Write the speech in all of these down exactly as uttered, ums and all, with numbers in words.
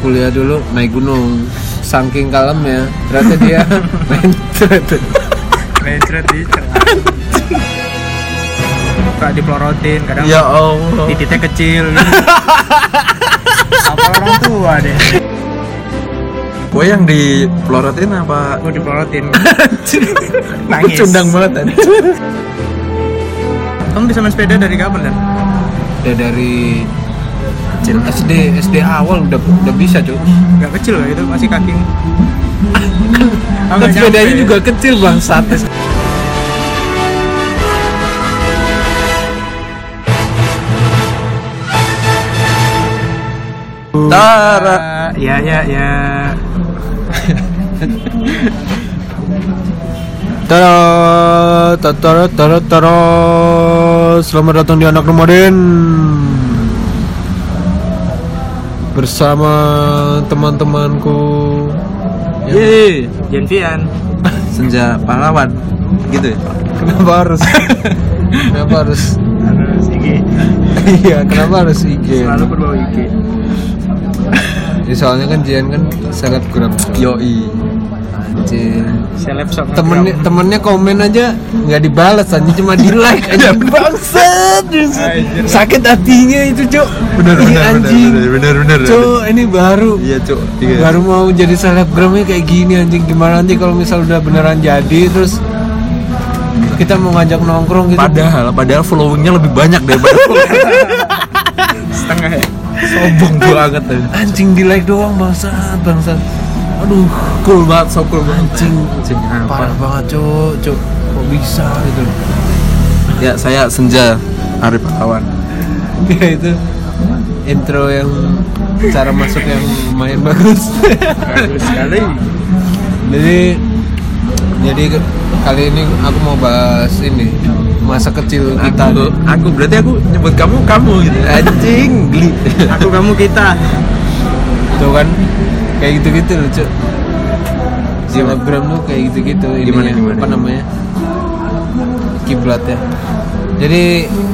kuliah dulu naik gunung, saking kalemnya ternyata dia mencret mencret di celana. Suka dipelorotin, kadang Ya Allah. titiknya kecil gitu. Apa orang tua deh. Gue yang dipelorotin apa? Gue dipelorotin. Nangis. Cundang banget tadi. Kamu bisa main sepeda dari kapan kan? ya dari kecil S D S D awal udah udah bisa cuy. Gak kecil lah itu, masih kaki. Kan sepedanya juga kecil bangsat. Tara. Ya ya ya. Tara tara tara tara. Selamat datang di Anak Nomaden. Bersama teman-temanku. Yeay. Jenvian. Senja pahlawan. Gitu ya. Kenapa harus? Kenapa harus? Harus I G. Iya, kenapa harus I G? Selalu berbau I G. Ya, soalnya kan Jian kan selebgram. Yoi. Anjing. Seleb sok. Temennya temennya komen aja nggak dibalas anjing, cuma di like aja. Bangsat. Sakit hatinya itu, Cuk. Bener Ih, bener anjing. bener bener bener. Cuk, ini baru. Iya, Cuk. Iya. Baru mau jadi selebgramnya kayak gini anjing. Gimana nanti kalau misal udah beneran jadi terus kita mau ngajak nongkrong gitu. Padahal padahal followingnya lebih banyak daripada Setengah ya. sombong banget tadi. Anjing di like doang bangsat, bangsat. Aduh, Cool banget, so cool banget. anjing. Anjing apa? Parah banget, Cuk. Cuk, kok bisa gitu. Ya, saya Senja Arif Kawan. Ya itu intro yang cara masuk yang lumayan bagus. Bagus sekali. Jadi jadi ke- kali ini aku mau bahas ini masa kecil kita. Aku, aku berarti aku nyebut kamu kamu gitu. Anjing, geli. Aku kamu kita. Tuh kan kayak gitu-gitu loh, Cuk. Selebgram tuh kayak gitu-gitu Gimana, ininya, gimana? apa namanya? Kiblat ya. Jadi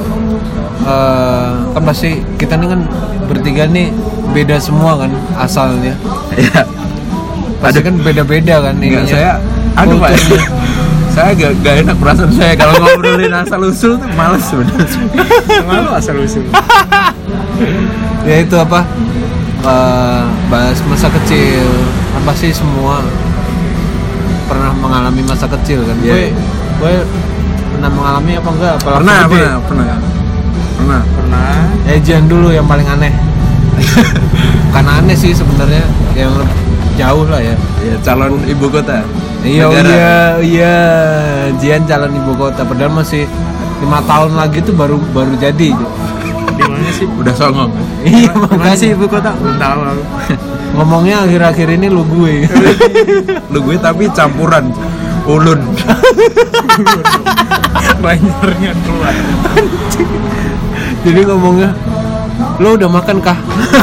eh, kan pasti kita nih kan bertiga nih beda semua kan asalnya. Ya. Pasti kan beda-beda kan Enggak, ininya. saya aduh Pak. Kulturnya. Saya gak, gak enak perasaan saya kalau ngobrolin asal usul tuh males sebenarnya. Selalu asal usul. Ya itu apa? Eh, bahas masa kecil. Apa sih semua pernah mengalami masa kecil kan? Iya. Gue, gue pernah mengalami apa enggak? Apa Pernah, langsung gede? pernah, pernah. Pernah. Pernah. Ya Jian dulu yang paling aneh. Bukan aneh sih sebenarnya, yang lebih jauh lah ya. Ya, calon ibu kota. Iya, oh Negara. iya, iya. Jian calon ibu kota, padahal masih lima tahun lagi tuh baru baru jadi. Di mana sih? Udah songong. Iya, Di mana makanya sih ibu kota? Belum tahu aku. ngomongnya akhir-akhir ini lu gue. Lu gue tapi campuran ulun. Banyarnya keluar. Jadi ngomongnya, lo udah makan kah?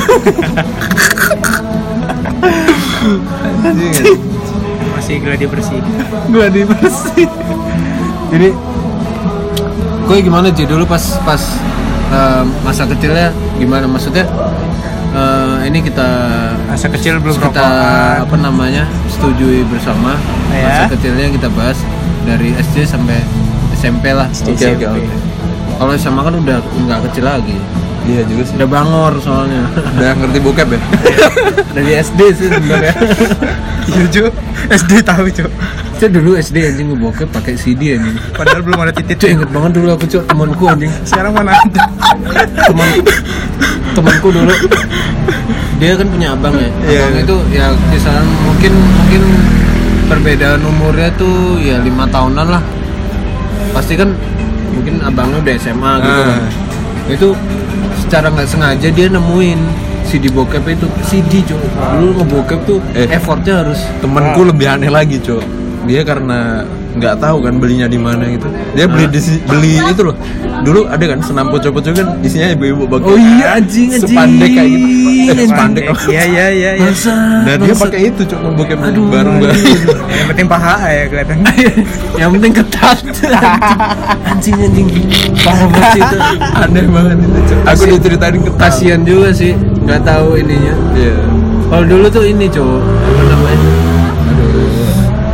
Masih gladi bersih. Gua dibersih. Jadi, gue gimana sih dulu pas pas eh, masa kecilnya gimana? Maksudnya eh, ini kita Masa kecil belum kita rokokan. apa namanya setujui bersama Ya. masa kecilnya kita bahas dari S D sampai S M P lah. Oke, oke, oke. Kalau S M A kan udah nggak kecil lagi, Iya juga sih. udah bangor soalnya. Udah ngerti bokep ya? Dari S D sih sebenarnya. Iya Cuk. S D tahu Cuk. Saya dulu S D anjing ngebokep pakai C D anjing. Padahal belum ada titik. Cuk, inget banget dulu aku, Cuk, temanku anjing. Sekarang mana ada? Teman temanku dulu dia kan punya abang ya. Iya. Abang itu ya kisaran mungkin mungkin perbedaan umurnya tuh ya lima tahunan lah. Pasti kan mungkin abangnya udah S M A gitu kan. Ah. Itu secara nggak sengaja dia nemuin C D bokep itu. C D, Cuk. Dulu ngebokep tuh Eh. effortnya harus Temenku lebih aneh lagi, Cok. Dia karena nggak tahu kan belinya di mana gitu. Dia beli di si- beli itu loh. Dulu ada kan senam pocong-pocong kan isinya ibu-ibu bagus. Oh iya, anjing, anjing. Sepandek kayak gitu. Eh, Anjing. sepandek. Iya iya iya iya. Dan dia pakai itu, Cok, ngebokep Aduh, bareng-bareng. Yang penting paha ya kelihatan. yang penting ketat. Anjing anjing parah banget sih itu. Aneh banget itu, Cok. Aku Kasih- diceritain ke Kasian juga sih nggak tahu ininya. Iya. Kalau dulu tuh ini cowok apa namanya? Aduh.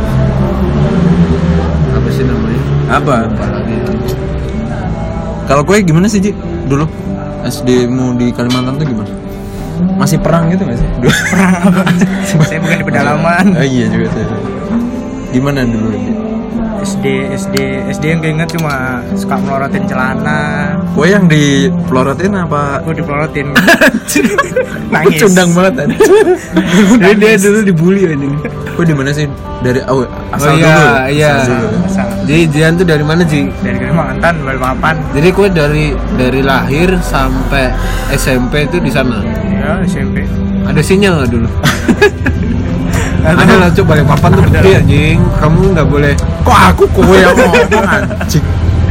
Apa sih namanya? Apa? Lupa lagi. Kalau gue gimana sih Ji? Dulu S D-mu di Kalimantan tuh gimana? Masih perang gitu nggak sih? Perang apa? Saya bukan di pedalaman. Oh, iya juga sih. Gimana dulu Ji? S D S D S D yang keinget cuma suka melorotin celana. Gue yang dipelorotin apa? Gue dipelorotin. Nangis. Cundang banget tadi. Jadi dia dulu dibully ini. Gue di mana sih? Dari oh, oh asal iya, dulu. Iya. Asal dulu. Asal. Jadi Jian tuh dari mana Ji? Dari Kalimantan, Balikpapan. Jadi gue dari dari lahir sampai S M P itu di sana. Ya, S M P. Ada sinyal nggak dulu? Ada lah coba Balikpapan tuh gede anjing. Kamu nggak boleh. Kok aku kowe yang ngomong anjing?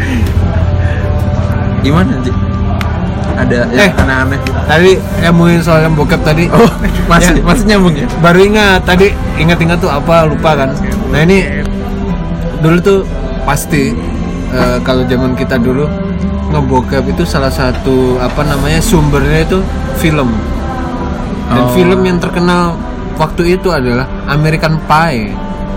Gimana Ji? Ada Eh. yang aneh-aneh? Tadi ngomongin soal yang bokep tadi. Oh, masih Ya. masih nyambung ya? Baru ingat tadi, ingat-ingat tuh apa lupa kan. Nah ini dulu tuh pasti eh, kalau zaman kita dulu ngebokep itu salah satu apa namanya sumbernya itu film. Dan Oh. film yang terkenal waktu itu adalah American Pie.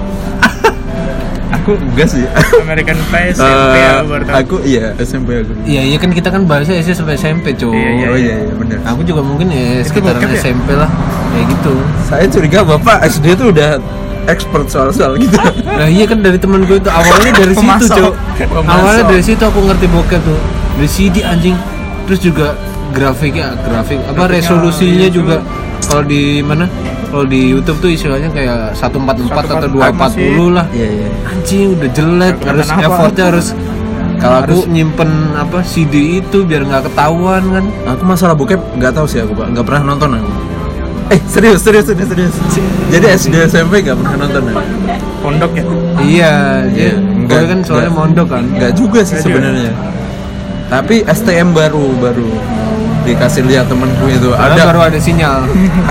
Aku enggak sih. American Pie S M P Eh, aku baru tahu. aku iya S M P aku. Iya iya kan kita kan bahasnya S D sampai S M P cuy. Iya, iya, Oh iya iya benar. Aku juga mungkin ya Itu sekitaran bokep ya? S M P lah kayak gitu. Saya curiga Bapak S D tuh udah expert soal-soal gitu. Nah iya kan dari temen gue itu awalnya dari situ Pemasok. cuy. Pemasok. Awalnya dari situ aku ngerti bokep tuh. Dari C D anjing. Terus juga grafiknya, grafik apa Grafiknya, resolusinya iya, juga kalau di mana? Kalau di YouTube tuh istilahnya kayak seratus empat puluh empat atau dua empat puluh lah. Iya iya. Anjing udah jelek, Nggak harus kelihatan apa. effortnya harus Kalau harus aku nyimpen apa C D itu biar nggak ketahuan kan. aku masalah bokep nggak tahu sih aku Pak, nggak pernah nonton aku. Eh serius serius serius serius. Jadi S D S M P nggak pernah nonton aku. Pondok ya. Iya, Iya, dia enggak, gue kan soalnya enggak. mondok kan. Nggak juga sih Nggak sebenarnya. Tapi S T M baru baru dikasih lihat temenku itu Padahal ada baru ada sinyal.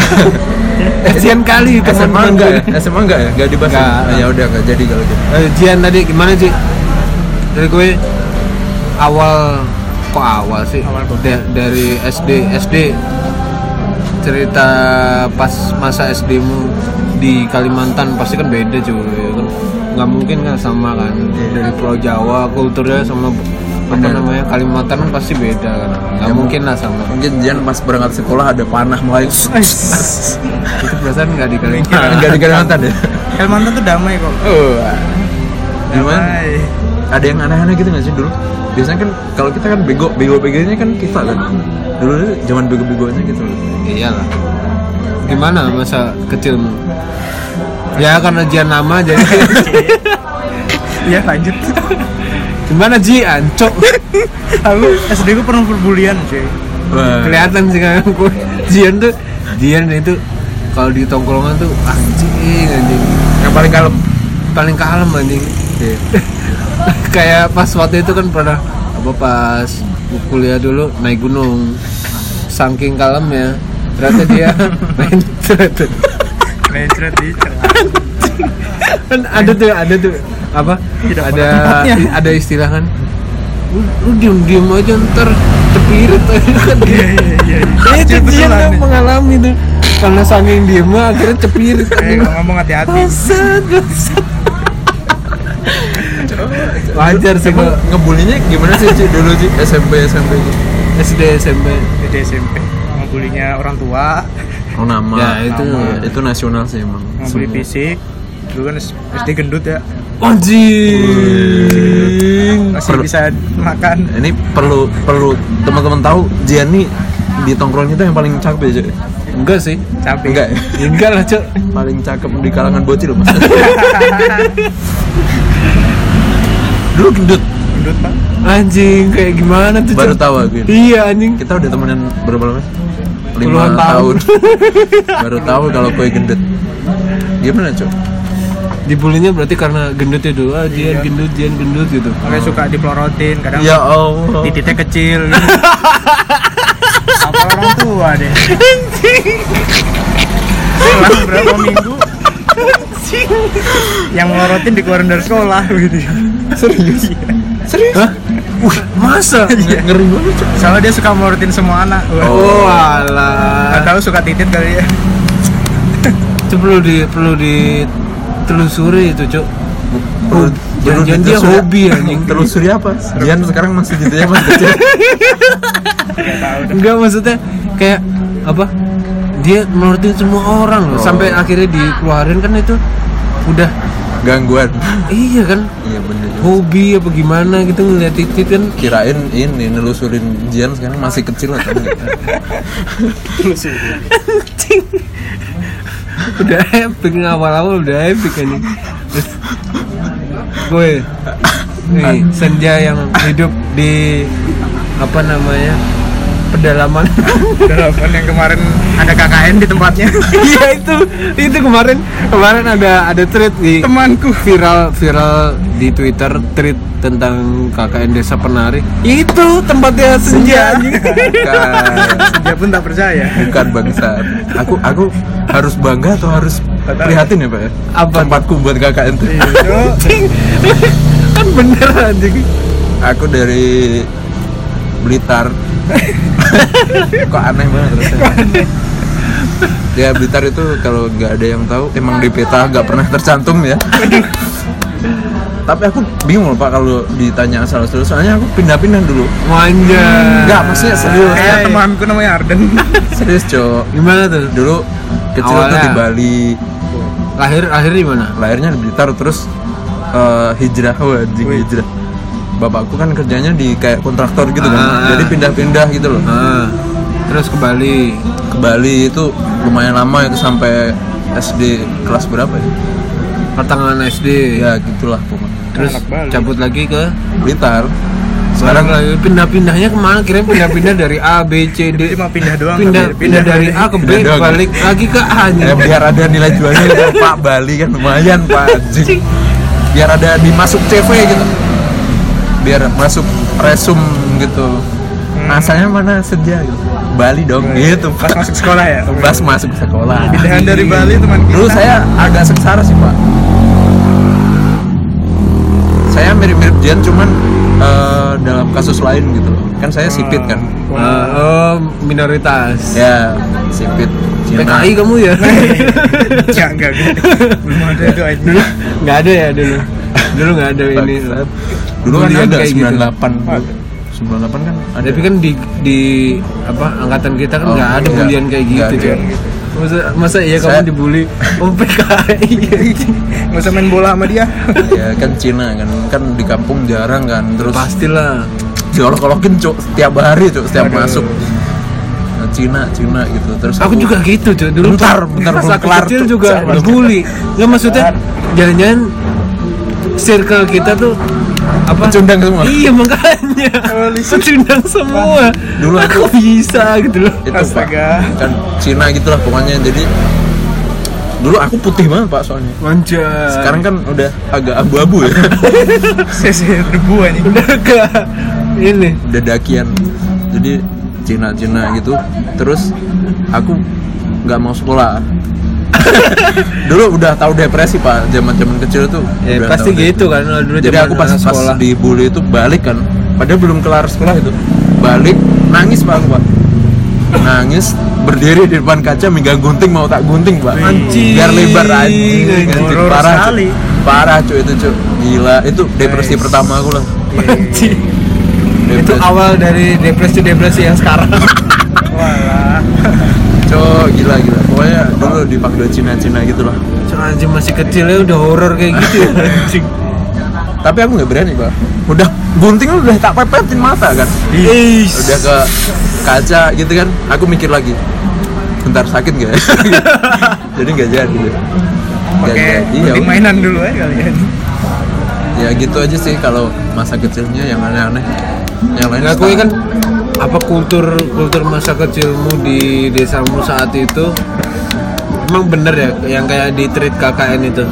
Kasian kali S M A teman-teman enggak gue. ya? S M A enggak ya? Enggak dibahas. Enggak. Ah, ya udah enggak jadi kalau gitu. Eh, Jian tadi gimana sih? Dari gue awal kok awal sih? Awal kok. Da- dari S D S D cerita pas masa S D-mu di Kalimantan pasti kan beda cuy kan nggak mungkin kan sama kan dari Pulau Jawa kulturnya sama apa Bener. namanya Kalimantan kan pasti beda kan nggak Ya, mungkin lah sama Mungkin Jan pas berangkat sekolah ada panah mulai itu perasaan nggak di Kalimantan enggak di Kalimantan ya. Kalimantan tuh damai kok. Oh. Gimana? Damai. Ada yang aneh-aneh gitu nggak sih dulu? Biasanya kan kalau kita kan bego, bego-begonya kan kita kan. Dulu tuh zaman bego-begonya gitu loh. iyalah gimana masa kecilmu ya karena Jian nama jadi Iya lanjut. gimana Ji ancok Aku S D gue pernah perbulian cuy. Wah. kelihatan sih kan gue Jian tuh Jian itu kalau di tongkrongan tuh anjing anjing Yang paling kalem. paling kalem anjing kayak pas waktu itu kan pernah apa pas kuliah dulu naik gunung saking kalem ya ternyata dia main ternyata Mencret di celana. kan ada tuh ada tuh apa Tidak ada pada tempatnya. i- ada istilah kan lu, lu diem diem aja ntar cepirit kan Iya iya iya. Eh, itu Betul, dia betulan tuh nih. mengalami tuh karena saking diem akhirnya cepirit Eh kalau ngomong hati-hati. bangsat bangsat wajar sih Emang kok ngebulinya gimana sih Ci, dulu sih S M P S M P gitu? S D S M P Di S M P ngebulinya orang tua, Oh nama. Ya, itu- Nama. itu nasional sih emang. ngebully Semua. fisik. Dulu kan S D gendut ya, anjing masih Perlu- bisa makan. Ini perlu perlu teman-teman tahu Jian nih di tongkrong itu yang paling cakep ya, Cok? enggak sih Capek. Enggak ya? Ya, enggak lah cok Paling cakep di kalangan bocil Mas. Dulu gendut. Gendut pak. anjing kayak gimana tuh Baru Cok? tahu aku ini. iya anjing Kita udah temenan berapa lama? Lima Puluhan tahun. tahun. Baru tahu kalau gue gendut. Gimana, Cok? dibulinya berarti karena gendut itu ah Jian Iya. gendut Jian gendut gitu Makanya suka dipelorotin, kadang Ya Allah. titiknya kecil gitu. Apa orang tua deh. Selang berapa minggu yang melorotin dikeluarin dari sekolah gitu. Serius? Serius? hah Wih, masa Nge- Ngeri banget, Cok. Soalnya dia suka melorotin semua anak. Wah. oh Nggak alah tahu suka titit kali ya. Itu perlu di perlu ditelusuri itu, Cuk. Perlu Jangan dia ditelusuri- hobi anjing. Telusuri apa? Dian sekarang masih gitu ya Mas kecil. Enggak, maksudnya kayak apa? Dia menurut semua orang loh, Oh. sampai akhirnya dikeluarin kan itu udah Gangguan. iya kan, Iya bener. hobi apa gimana gitu ngeliat titit kan. Kirain ini nelusurin Jian sekarang masih kecil atau enggak? Anjing. Udah epic, awal-awal udah epic ini. Terus gue nih senja yang hidup di apa namanya pedalaman. Telepon yang kemarin ada K K N di tempatnya. Iya itu itu kemarin kemarin ada ada tweet di Temanku. viral viral di Twitter, tweet tentang K K N Desa Penari. Itu tempatnya senja anjing. Bukan, Dia pun tak percaya. bukan bangsat. Aku aku harus bangga atau harus prihatin ya Pak ya? Apa? Tempatku buat K K N tuh. Anjing. Kan bener anjing. Aku dari Blitar. Kok aneh banget rasanya. Ya Blitar itu kalau nggak ada yang tahu emang di peta nggak pernah tercantum ya. Tapi aku bingung loh Pak kalau ditanya asal usul, soalnya aku pindah-pindah dulu. Manja. Enggak, maksudnya serius. Kayak Eh. temanku namanya Arden. Serius Cok. Gimana tuh? Dulu kecil tuh Awalnya? di Bali, Lahir lahir di mana? lahirnya di Blitar, terus eh, hijrah, wah anjing hijrah. Bapakku kan kerjanya di kayak kontraktor gitu kan, Ah. jadi pindah-pindah gitu loh. Ah, terus ke Bali. Ke Bali itu lumayan lama, itu sampai S D kelas berapa ya? Pertengahan S D. Ya gitulah pokoknya. Terus Anak Bali. cabut lagi ke Blitar. sekarang Sekarang lagi pindah-pindahnya kemana? Kira pindah-pindah dari A B C D. Cuma pindah doang. Pindah tapi pindah dari A ke B Pindah doang. balik lagi ke A nya. ya biar ada nilai jualnya gitu, Pak. Bali kan lumayan Pak anjing. Biar ada dimasuk C V gitu. Biar masuk resum gitu. Asalnya mana senja gitu. Bali dong gitu Pas Pak. masuk sekolah ya. Pas masuk sekolah. Pindahan dari Bali teman kita. Dulu saya agak sengsara sih Pak. Saya mirip-mirip Jian cuman eh, dalam kasus lain gitu loh. Kan saya sipit kan. Ah, oh, minoritas. Ya, sipit. P K I kamu ya? Ya enggak gitu. Belum ada itu aja. Dulu nggak ada ya dulu. Dulu nggak ada ini. Bangsat. Dulu kan Bulian ada kayak gitu. sembilan puluh delapan dulu. sembilan puluh delapan kan ada. Tapi kan di di apa angkatan kita kan Oh, nggak ada iya. bulian kayak Nggak gitu, ada. Cok. Masa masa iya Saya- kamu dibully? Oh P K I. Nggak usah main bola sama dia. Ya kan Cina kan kan di kampung jarang kan, terus Pastilah. diolok-olokin Cok setiap hari Cok setiap Aduh. masuk. Nah, Cina Cina gitu. Terus Aku juga gitu, Cok. Dulu Bentar, bentar, pas belum aku kelar, kecil Cok. juga Saya belum dibully. Nggak maksudnya jangan-jangan circle kita tuh apa? Pecundang semua. Iya makanya. Pecundang semua. Dulu aku aku- bisa gitu loh. itu Pak. Astaga. Kan Cina gitulah pokoknya. Jadi dulu aku putih banget Pak soalnya. Manja. Sekarang kan udah agak abu-abu ya. Sese debu aja. udah ke ini. Udah dakian. Jadi Cina-Cina gitu. Terus aku nggak mau sekolah. Dulu udah tahu depresi Pak, zaman-zaman kecil tuh. Ya udah pasti tahu gitu depresi. kan kalau dulu Jadi zaman aku pas anak pas sekolah. dibully itu balik kan. Padahal belum kelar sekolah itu. Balik nangis Pak aku Pak. Nangis berdiri di depan kaca megang gunting mau tak gunting Pak. Anjing. Biar lebar anjing. Anjing. Anjing, Horor parah. sekali. Cuk. Parah cuy itu cuy. Gila, itu depresi Nice. pertama aku lah. Anjing. Itu Depresi. awal dari depresi-depresi yang sekarang. Walah. Cok, gila gila. Pokoknya dulu dipanggil Cina-Cina gitu lah. Cok, anjing masih kecil ya udah horor kayak gitu ya anjing. Tapi aku nggak berani Pak. Udah gunting udah tak pepetin mata kan. Eish. Udah ke kaca gitu kan. Aku mikir lagi. Bentar sakit nggak ya? Jadi nggak jadi. deh. Nggak Pakai jadi. Ya, gunting mainan dulu ya kalian. ya gitu aja sih kalau masa kecilnya yang aneh-aneh. Yang lain Nggak, kue setara. kan apa kultur kultur masa kecilmu di desamu saat itu emang bener ya yang kayak di treat K K N itu.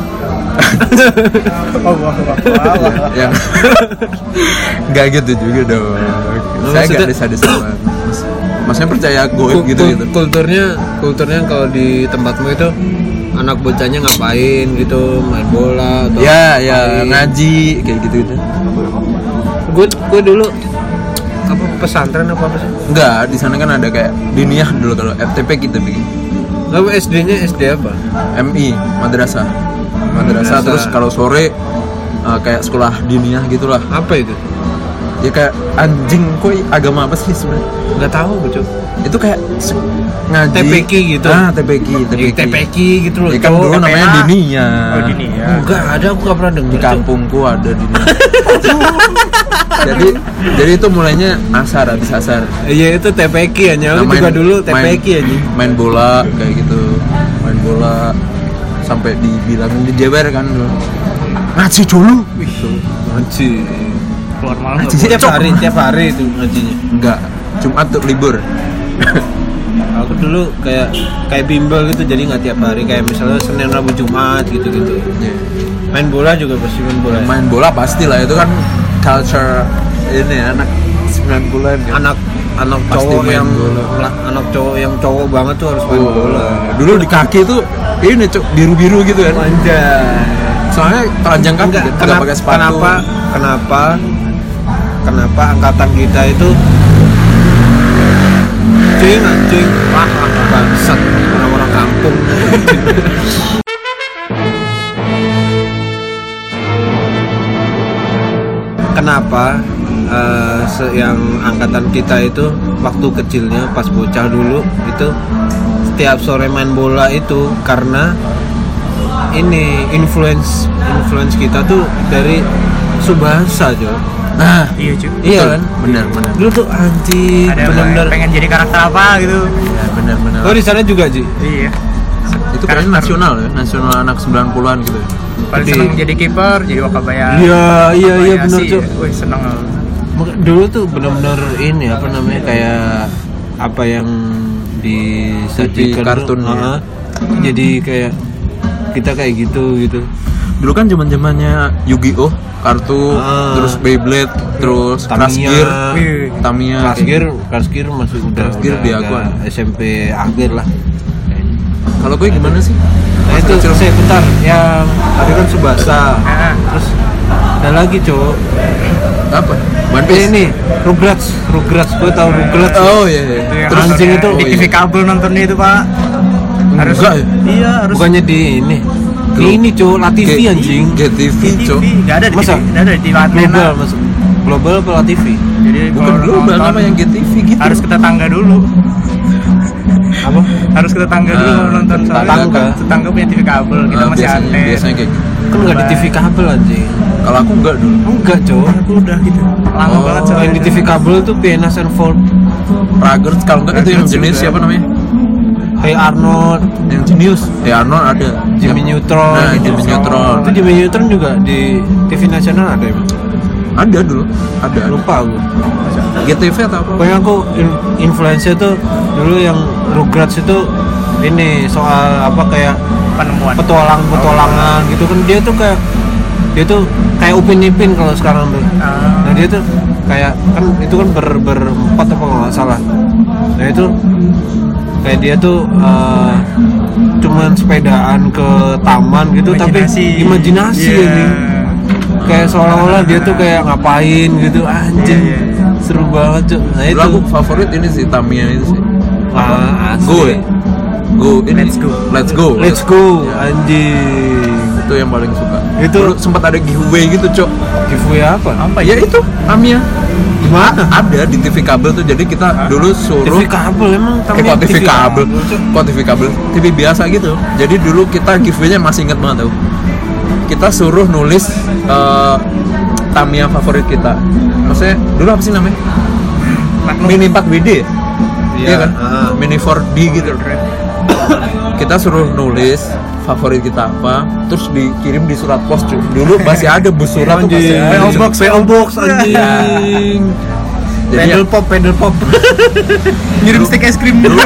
Oh, wah, wah, wah, wah. yang nggak gitu juga dong. Saya nggak maksudnya- desa-desa banget. Mas- Maksudnya percaya goib Kul- gitu kul- gitu. Kulturnya kulturnya kalau di tempatmu itu anak bocahnya ngapain gitu, main bola atau Ya ya ngapain? ngaji kayak gitu gitu. Gue gue dulu apa pesantren apa apa sih? Enggak, di sana kan ada kayak diniyah dulu kalau F T P kita bikin. Lalu S D-nya S D apa? M I, madrasah. Madrasah, Madrasah. terus kalau sore uh, kayak sekolah diniyah gitulah. Apa itu? Ya kayak anjing, kok agama apa sih sebenarnya? Nggak tahu gue Cok. Itu kayak se- ngaji T P Q gitu. Ah, T P Q, T P Q. T P Q gitu loh. Ya kan Cok. dulu namanya T P A. diniyah. Oh gini ya. Enggak ada, aku nggak pernah Di dengar. Cok. kampungku ada diniyah. jadi jadi itu mulainya asar, habis asar. Iya itu T P Q aja. Aku Nah, juga dulu T P Q aja. Main bola kayak gitu. Main bola sampai dibilangin dijewer kan dulu. Ngaji dulu. Gitu. Ngaji. Keluar malam Ngaji. nggak Tiap hari, tiap hari itu ngajinya. Enggak, Jumat tuh libur. Aku dulu kayak kayak bimbel gitu, jadi nggak tiap hari. Kayak misalnya Senin, Rabu, Jumat gitu-gitu. Iya. Main bola juga pasti main bola. Main bola pastilah, itu kan culture ini anak sembilan bulan kan. Anak anak Pasti cowok main yang bola. la- anak cowok yang cowok banget tuh harus main Oh, bola. dulu di kaki tuh ini cok biru-biru gitu kan. Anjay. Soalnya telanjang kaki Enggak, kan, nggak kenapa, pakai sepatu. kenapa kenapa kenapa angkatan kita itu anjing anjing wah wah, bangsat orang-orang kampung. Kenapa eh, se- yang angkatan kita itu waktu kecilnya pas bocah dulu itu setiap sore main bola itu karena ini influence influence kita tuh dari Subasa Jo. Nah, Iya cuy. Iya betul. kan? Benar, benar. Dulu tuh anjing Ada yang benar-benar. pengen jadi karakter apa gitu. Ya, benar, benar. Oh di sana juga Ji. Iya. Itu kayaknya nasional ya, nasional anak sembilan puluhan gitu. ya. Paling Tapi- seneng jadi kiper, jadi Wakabaya. Iya iya iya Wakabaya benar sih. Cuk. Wih seneng. Maka- Dulu tuh benar-benar ini apa namanya kayak apa yang disajikan T V kartun tuh, ya. ah, jadi kayak kita kayak gitu gitu. Dulu kan zaman-zamannya Yu-Gi-Oh, kartu, Ah. terus Beyblade, terus Tamiya. Crash Gear, Wih. Tamiya. Kelas gear, kelas gear masih udah, Kelas gear udah di agak aku ada. S M P akhir lah. Kalau gue gimana sih? Nah itu saya bentar yang tadi kan Subasa, Ah. terus ada lagi cowok. Apa? One Eh, Piece. ini Rugrats, Rugrats, gue tahu Rugrats. Oh iya, iya. Itu yang Terus anjing nontonnya itu- di T V kabel nontonnya itu pak. Harus. Enggak ya? Iya harus. Bukannya di ini, di ini cowok La T V G- anjing. G T V, Di cok. T V, nggak ada di Masa? T V, nggak ada di Global Atlanta. masuk. Global apa La T V? Jadi Bukan kalau global, nonton, nama yang G T V gitu. harus ke tetangga dulu. Apa? Harus ke tetangga dulu Ah, mau nonton soalnya tetangga. tetangga punya T V kabel, kita Ah, masih biasanya, aneh. biasanya kayak gitu. Kan nggak di T V kabel anjing. Kalau aku enggak dulu. Enggak cowok. Aku udah gitu. Lama Oh, banget Yang soalnya. di T V kabel tuh Pianas and Fold. Rugrats kalau enggak itu yang Rugrats jenis juga. siapa namanya? Hey Arnold, Yang jenius. Ya Arnold ada. Jimmy Yang- Neutron. Nah, gitu. Jimmy Neutron. Itu Jimmy Neutron juga di T V nasional ada ya? Ada dulu. Ada. ada. Lupa aku. G T V atau apa? Pokoknya aku in- influence tuh dulu yang Rugrats itu ini soal apa kayak Penemuan. petualang-petualangan gitu kan dia tuh kayak dia tuh kayak Upin Ipin kalau sekarang tuh. Ah. Nah dia tuh kayak kan itu kan ber berempat apa kalau nggak salah. Nah itu kayak dia tuh eh, cuman sepedaan ke taman gitu tapi imajinasi Iya. anjing. Kayak seolah-olah dia tuh kayak ngapain gitu anjing. Iya, iya. Seru banget cuy. Nah Dulu itu aku favorit ini sih Tamiya itu sih. ah, asli. Go ya? Go ini. Let's go. Let's go. Let's go Ya, anjing. itu yang paling suka. Itu- Dulu sempat ada giveaway gitu, Cok. Giveaway apa? Apa Ya itu Tamiya. Gimana? Ada di T V kabel tuh. Jadi kita dulu T suruh V kabel emang Eh, kok T V kabel, Cuk. kok T V kabel, T V biasa gitu. Jadi dulu kita giveaway-nya masih inget banget tuh. Kita suruh nulis eh, Tamiya favorit kita. Maksudnya dulu apa sih namanya? Mini empat W D ya? Iya, kan? ah. Mini empat D gitu. Kita suruh nulis favorit kita apa, terus dikirim di surat pos cuy. Dulu masih ada bus surat tuh masih Anjing, ada. P O box, P O box Iya. anjing. Jadi Pedal ya- pop, pedal pop. Ngirim stick es krim dulu.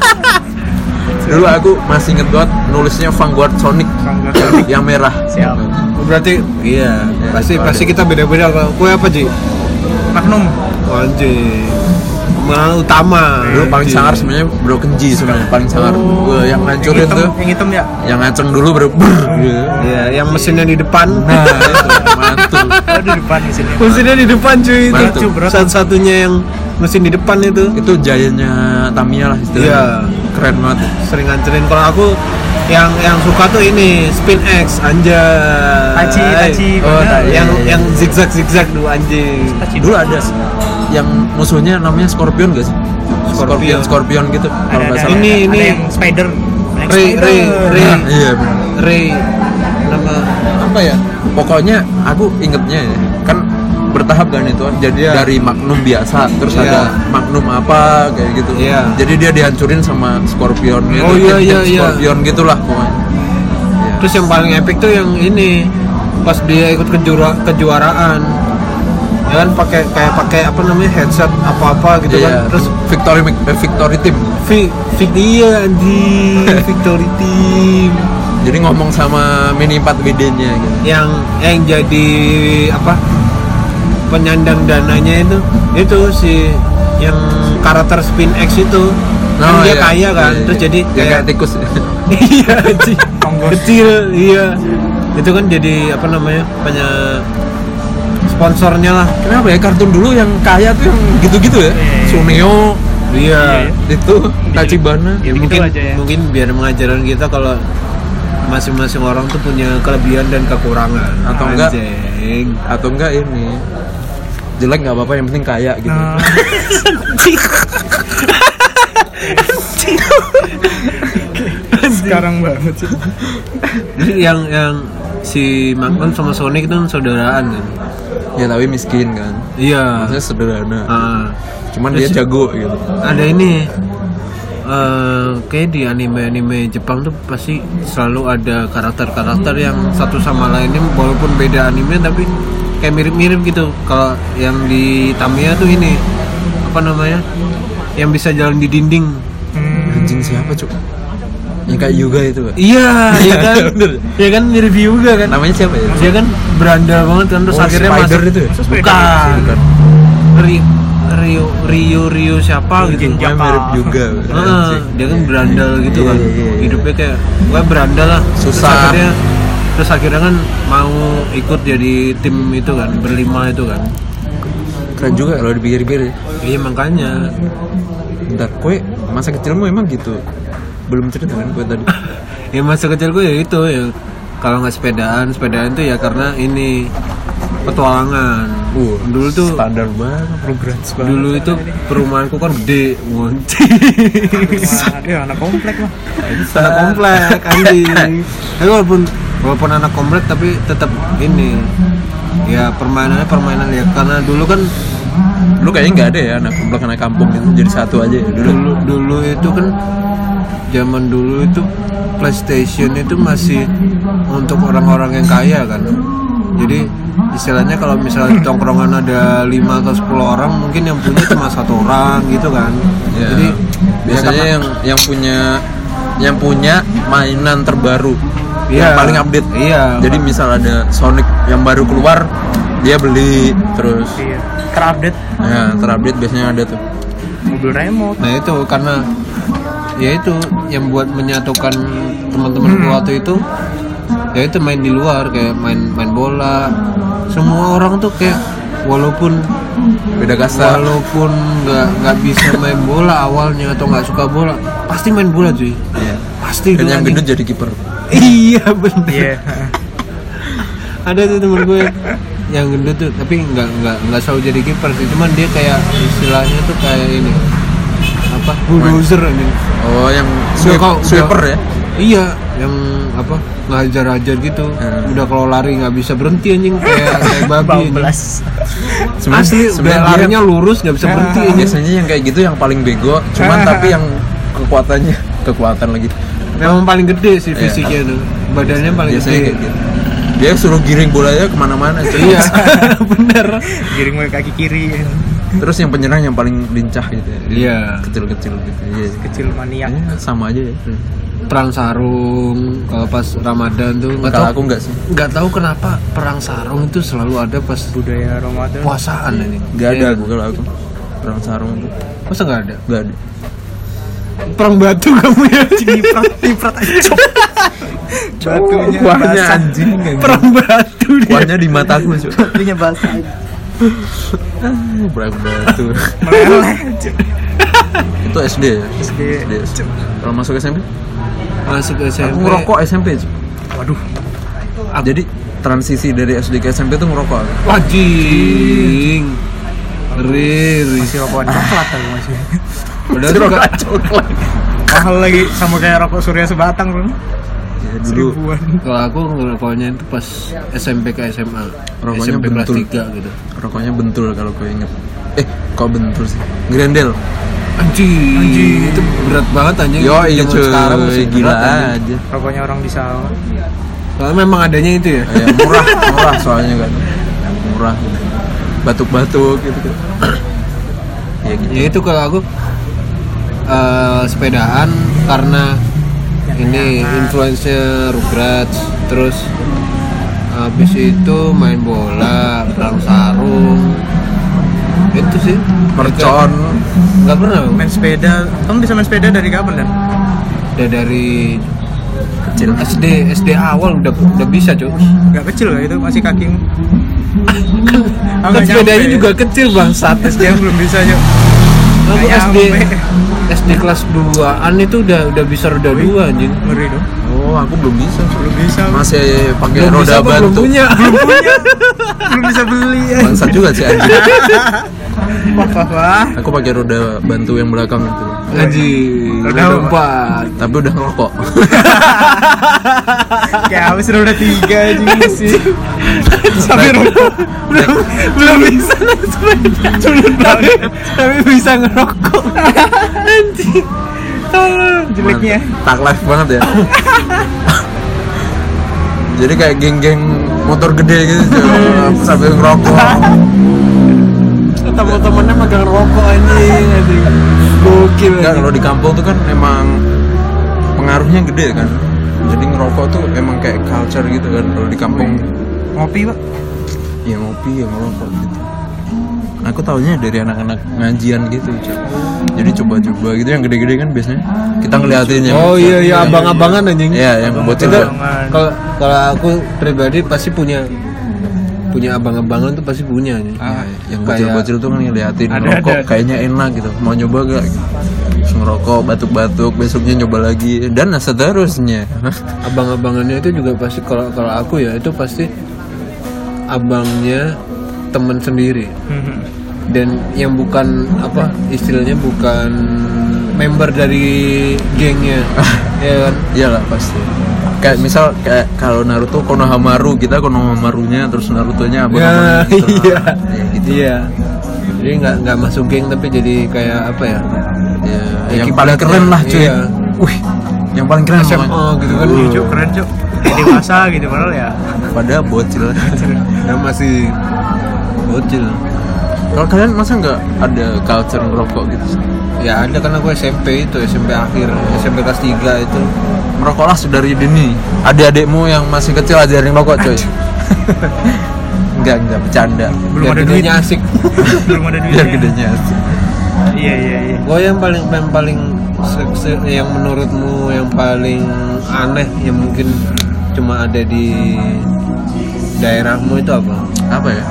Dulu aku masih inget banget nulisnya Vanguard Sonic yang merah. Siap. Berarti iya, Ya, pasti itu pasti ada. kita beda-beda kalau kue apa, Ji? Magnum. Oh, anjing. Mana utama. Dulu paling anjing. sangar sebenarnya Broken G sebenarnya paling sangar. Wah, yang ngancurin Yang tuh, hitam, yang hitam ya. yang ngaceng dulu baru brr, gitu. Iya, yang mesinnya di depan. Nah, itu mantul. Oh di depan di sini. Mesinnya di depan cuy itu. Mantul. Satu-satunya yang mesin di depan itu. Itu giantnya Tamiya lah istilahnya. Iya, keren banget. Sering ngancurin. Kalau aku yang yang suka tuh ini Spin X anjay. Tachi, Tachi. Oh, bener. Tachi. yang Iya, iya. yang zigzag zigzag dulu anjing. Dulu ada yang musuhnya namanya Scorpion gak sih? Scorpion. Scorpion, Scorpion gitu kalau Ada, nggak ada, salah. Ini- ada ini. yang spider. Black Ray Spider. Ray Ray Nah, iya benar. Ray nama apa ya? Pokoknya aku ingetnya ya, kan bertahap kan itu. Jadi Iya. dari Magnum biasa, terus Iya. ada Magnum apa kayak gitu. Iya. Jadi dia dihancurin sama Scorpion gitu. Oh, iya, tim- tim iya, iya. Scorpion gitulah pokoknya. Iya. Terus yang paling epic tuh yang ini pas dia ikut kejura, kejuaraan. Ya kan pakai kayak pakai apa namanya headset apa-apa gitu Iya, kan. Terus Victory eh, Victory Team. Vi, Vi dia anjing Victory Team Jadi ngomong sama mini empat W D-nya gitu. yang yang jadi apa penyandang dananya itu itu si yang karakter Spin X itu kan Oh, dia iya. kaya kan Iya, terus iya. jadi Ya, kayak kayak tikus. iya anjing Tonggos. kecil iya itu kan jadi apa namanya punya sponsornya lah Kenapa ya kartun dulu yang kaya tuh yang gitu-gitu ya? Iya. Suneo iya itu Tachibana. ya Gitu-gitu mungkin aja ya. mungkin biar mengajaran kita kalau masing-masing orang tuh punya kelebihan dan kekurangan Atau enggak- anjing. Atau enggak ini jelek nggak apa-apa yang penting kaya gitu. Nah, sekarang banget sih. Jadi yang yang si Magnum sama Sonic itu kan saudaraan kan Ya tapi miskin kan. iya Maksudnya sederhana. Ah. Cuman Terus- dia jago gitu. ada ini eh kayak di anime-anime Jepang tuh pasti selalu ada karakter-karakter yang satu sama lainnya walaupun beda anime tapi kayak mirip-mirip gitu. Kalau yang di Tamiya tuh ini apa namanya yang bisa jalan di dinding. Hmm. Anjing siapa cuk? Yang kayak Yuga itu kan? Iya, iya kan? Bener. Iya kan mirip juga kan? Namanya siapa ya? Dia kan berandal banget kan terus Oh, akhirnya Spider masuk itu ya? bukan Bukan. Rio Rio Rio Rio siapa gitu. Pokoknya mirip juga. Heeh, dia kan berandal gitu Iya, kan. iya, iya. Hidupnya kayak gua berandal lah. Terus Susah. akhirnya terus akhirnya kan mau ikut jadi tim itu kan, berlima itu kan. Keren juga kalau dipikir-pikir ya. Iya makanya. Bentar, kowe masa kecilmu emang gitu? Belum cerita kan kowe tadi? Ya masa kecil gue ya itu ya kalau nggak sepedaan, sepedaan tuh ya karena ini petualangan. Uh, Dulu tuh standar banget. Progress banget. dulu itu perumahanku kan gede, ngonci. Ya anak komplek mah. Anak komplek anjing. Tapi walaupun walaupun anak komplek tapi tetap ini ya permainannya permainan ya karena dulu kan Lu kayaknya nggak ada ya anak komplek anak kampung itu jadi satu aja ya dulu. dulu dulu itu kan zaman dulu itu PlayStation itu masih untuk orang-orang yang kaya kan. Jadi istilahnya kalau misalnya di tongkrongan ada lima atau sepuluh orang mungkin yang punya cuma satu orang gitu kan. Ya, Jadi biasanya ya karena- yang yang punya yang punya mainan terbaru Iya. yang paling update. Iya. Jadi misal ada Sonic yang baru keluar, dia beli terus. Iya. Terupdate Ya, terupdate biasanya ada tuh. mobil remote. Nah itu karena ya itu yang buat menyatukan teman-teman Hmm. waktu itu ya itu main di luar kayak main main bola. Semua orang tuh kayak walaupun Beda kasta. walaupun nggak nggak bisa main bola awalnya atau nggak suka bola pasti main bola cuy. Iya. Pasti Dan dulu yang anjing. gendut jadi kiper. Iya bener. Iya. Ada tuh temen gue yang gendut tuh tapi nggak nggak nggak selalu jadi kiper sih cuman dia kayak istilahnya tuh kayak ini apa bulldozer anjing. Oh, yang Udah sweep, kau- sweeper udah- ya. Iya, yang apa ngajar-ajar gitu. Hmm. Udah kalau lari nggak bisa berhenti anjing kayak kayak babi. anjing. Bablas. Sebenarnya- Asli, udah sebenarnya dia- larinya lurus nggak bisa berhenti. anjing. Biasanya yang kayak gitu yang paling bego, cuman tapi yang kekuatannya kekuatan lagi. Memang paling gede sih Iya. fisiknya tuh, badannya paling Biasanya gede. kayak gitu. Dia suruh giring bolanya kemana-mana. cuy. Iya, bener. Giring ke kaki kiri. Terus yang penyerang yang paling lincah gitu ya. Iya. Kecil-kecil gitu. Iya. Kecil maniak. Ya, sama aja ya. Perang sarung kalau pas Ramadan tuh nggak Kalau tahu aku enggak sih. nggak tahu kenapa perang sarung itu selalu ada pas Budaya Ramadan. puasaan ini. Enggak ada aku kalau aku. Perang sarung itu Masa nggak ada? enggak ada. Perang batu kamu ya? Nyiprat, nyiprat aja. Batunya Kuahnya basah. anjing. anjing. Perang batu dia. Kuahnya di mataku, cuy. Batunya basah. Perang batu. Meleleh. Itu S D ya? S D. S D. Kalau masuk S M P? Masuk ke S M P. Aku ngerokok S M P. Cuk. Waduh. Jadi transisi dari S D ke S M P itu ngerokok. Wajing. Ngeri. Masih rokokan coklat aku masih. Padahal juga coklat. Mahal lagi sama kayak rokok Surya Sebatang bro. Ya, dulu Seribuan. kalau aku ngerokoknya itu pas S M P ke S M A. Rokoknya S M P kelas bentul. tiga gitu. Rokoknya bentul kalau gue inget. Eh, kok bentul sih? Grendel. Anjing. Anjing. Itu berat banget anjing. Yo, iya Zaman cuy. sekarang masih Gila berat, anjing. aja. Rokoknya orang di sawah. Soalnya memang adanya itu ya. Ya, murah, murah soalnya kan. Murah. Batuk-batuk gitu kan. Ya gitu. Ya itu kalau aku eh, sepedaan karena ini influence-nya Rugrats, terus habis itu main bola, perang sarung. Itu sih Mercon. nggak pernah Main sepeda. Kamu bisa main sepeda dari kapan dan? udah dari Kecil. S D S D awal udah udah bisa cuy. Gak kecil lah itu masih kakimu. Kan sepedanya juga kecil bangsat. S D belum bisa aja. Aku Nggak S D nyampe. S D kelas duaan itu udah udah bisa roda dua anjing. Ngeri dong. Oh, aku belum bisa. Belum bisa. Masih pakai Belum bisa roda apa, belum bantu. punya. belum punya. Belum bisa beli ya. Bangsat juga sih anjing. Wah, wah, wah. Aku pakai roda bantu yang belakang itu. Anjing. Roda Roda empat. Tapi udah ngerokok. Kayak habis udah tiga aja sih. Sampai rokok. Belum belum bisa tapi, tapi bisa ngerokok. Anjing. Tolong. Jeleknya. Tak live banget ya. Jadi kayak geng-geng motor gede gitu cuy, sambil ngerokok. Teman-temannya megang rokok anjing, anjing. Gokil. Enggak, anjing. kalau di kampung tuh kan emang pengaruhnya gede kan. Jadi ngerokok tuh emang kayak culture gitu kan. Kalau di kampung Ngopi, Pak. ya ngopi ya ngerokok gitu. Aku taunya dari anak-anak ngajian gitu cuy. Jadi coba-coba gitu yang gede-gede kan biasanya kita ngeliatin ya. Oh iya iya abang-abangan anjing. Iya, yang bocil. Itu Abang-abangan. kalau kalau aku pribadi pasti punya punya abang-abangan tuh pasti punya anjing. Ah, yang Kayak- bocil-bocil tuh kan ngeliatin Ada, ngerokok ada. kayaknya enak gitu. Mau nyoba gak? Gitu. Terus ngerokok, batuk-batuk, besoknya nyoba lagi dan seterusnya. Abang-abangannya itu juga pasti kalau kalau aku ya itu pasti abangnya temen sendiri dan yang bukan apa istilahnya bukan member dari gengnya ya kan. Iyalah pasti. Kayak misal kayak kalau Naruto Konohamaru, kita Konohamarunya terus Narutonya apa Ya, gitu. iya. Ya, gitu. Iya. Jadi nggak nggak masuk geng tapi jadi kayak apa ya? Ya, Ya, yang kiblatnya, paling keren lah cuy. iya. Wih, yang paling keren S M pokoknya. A gitu kan. Iya, Cuk, keren, Cuk. Kayak dewasa gitu padahal ya. Pada bocil. Ya masih bocil. Kalau kalian masa nggak ada culture ngerokok gitu? Ya ada kan aku S M P itu S M P akhir S M P kelas tiga itu. Merokoklah saudari dini. Adik-adikmu yang masih kecil ajarin rokok coy. Enggak, enggak bercanda. Belum Biar ada gedenya duit. asik. Belum ada duit. Biar gedenya asik. Iya, iya, iya. Gue yang paling yang paling se- se- yang menurutmu yang paling aneh yang mungkin cuma ada di daerahmu itu apa? Apa ya?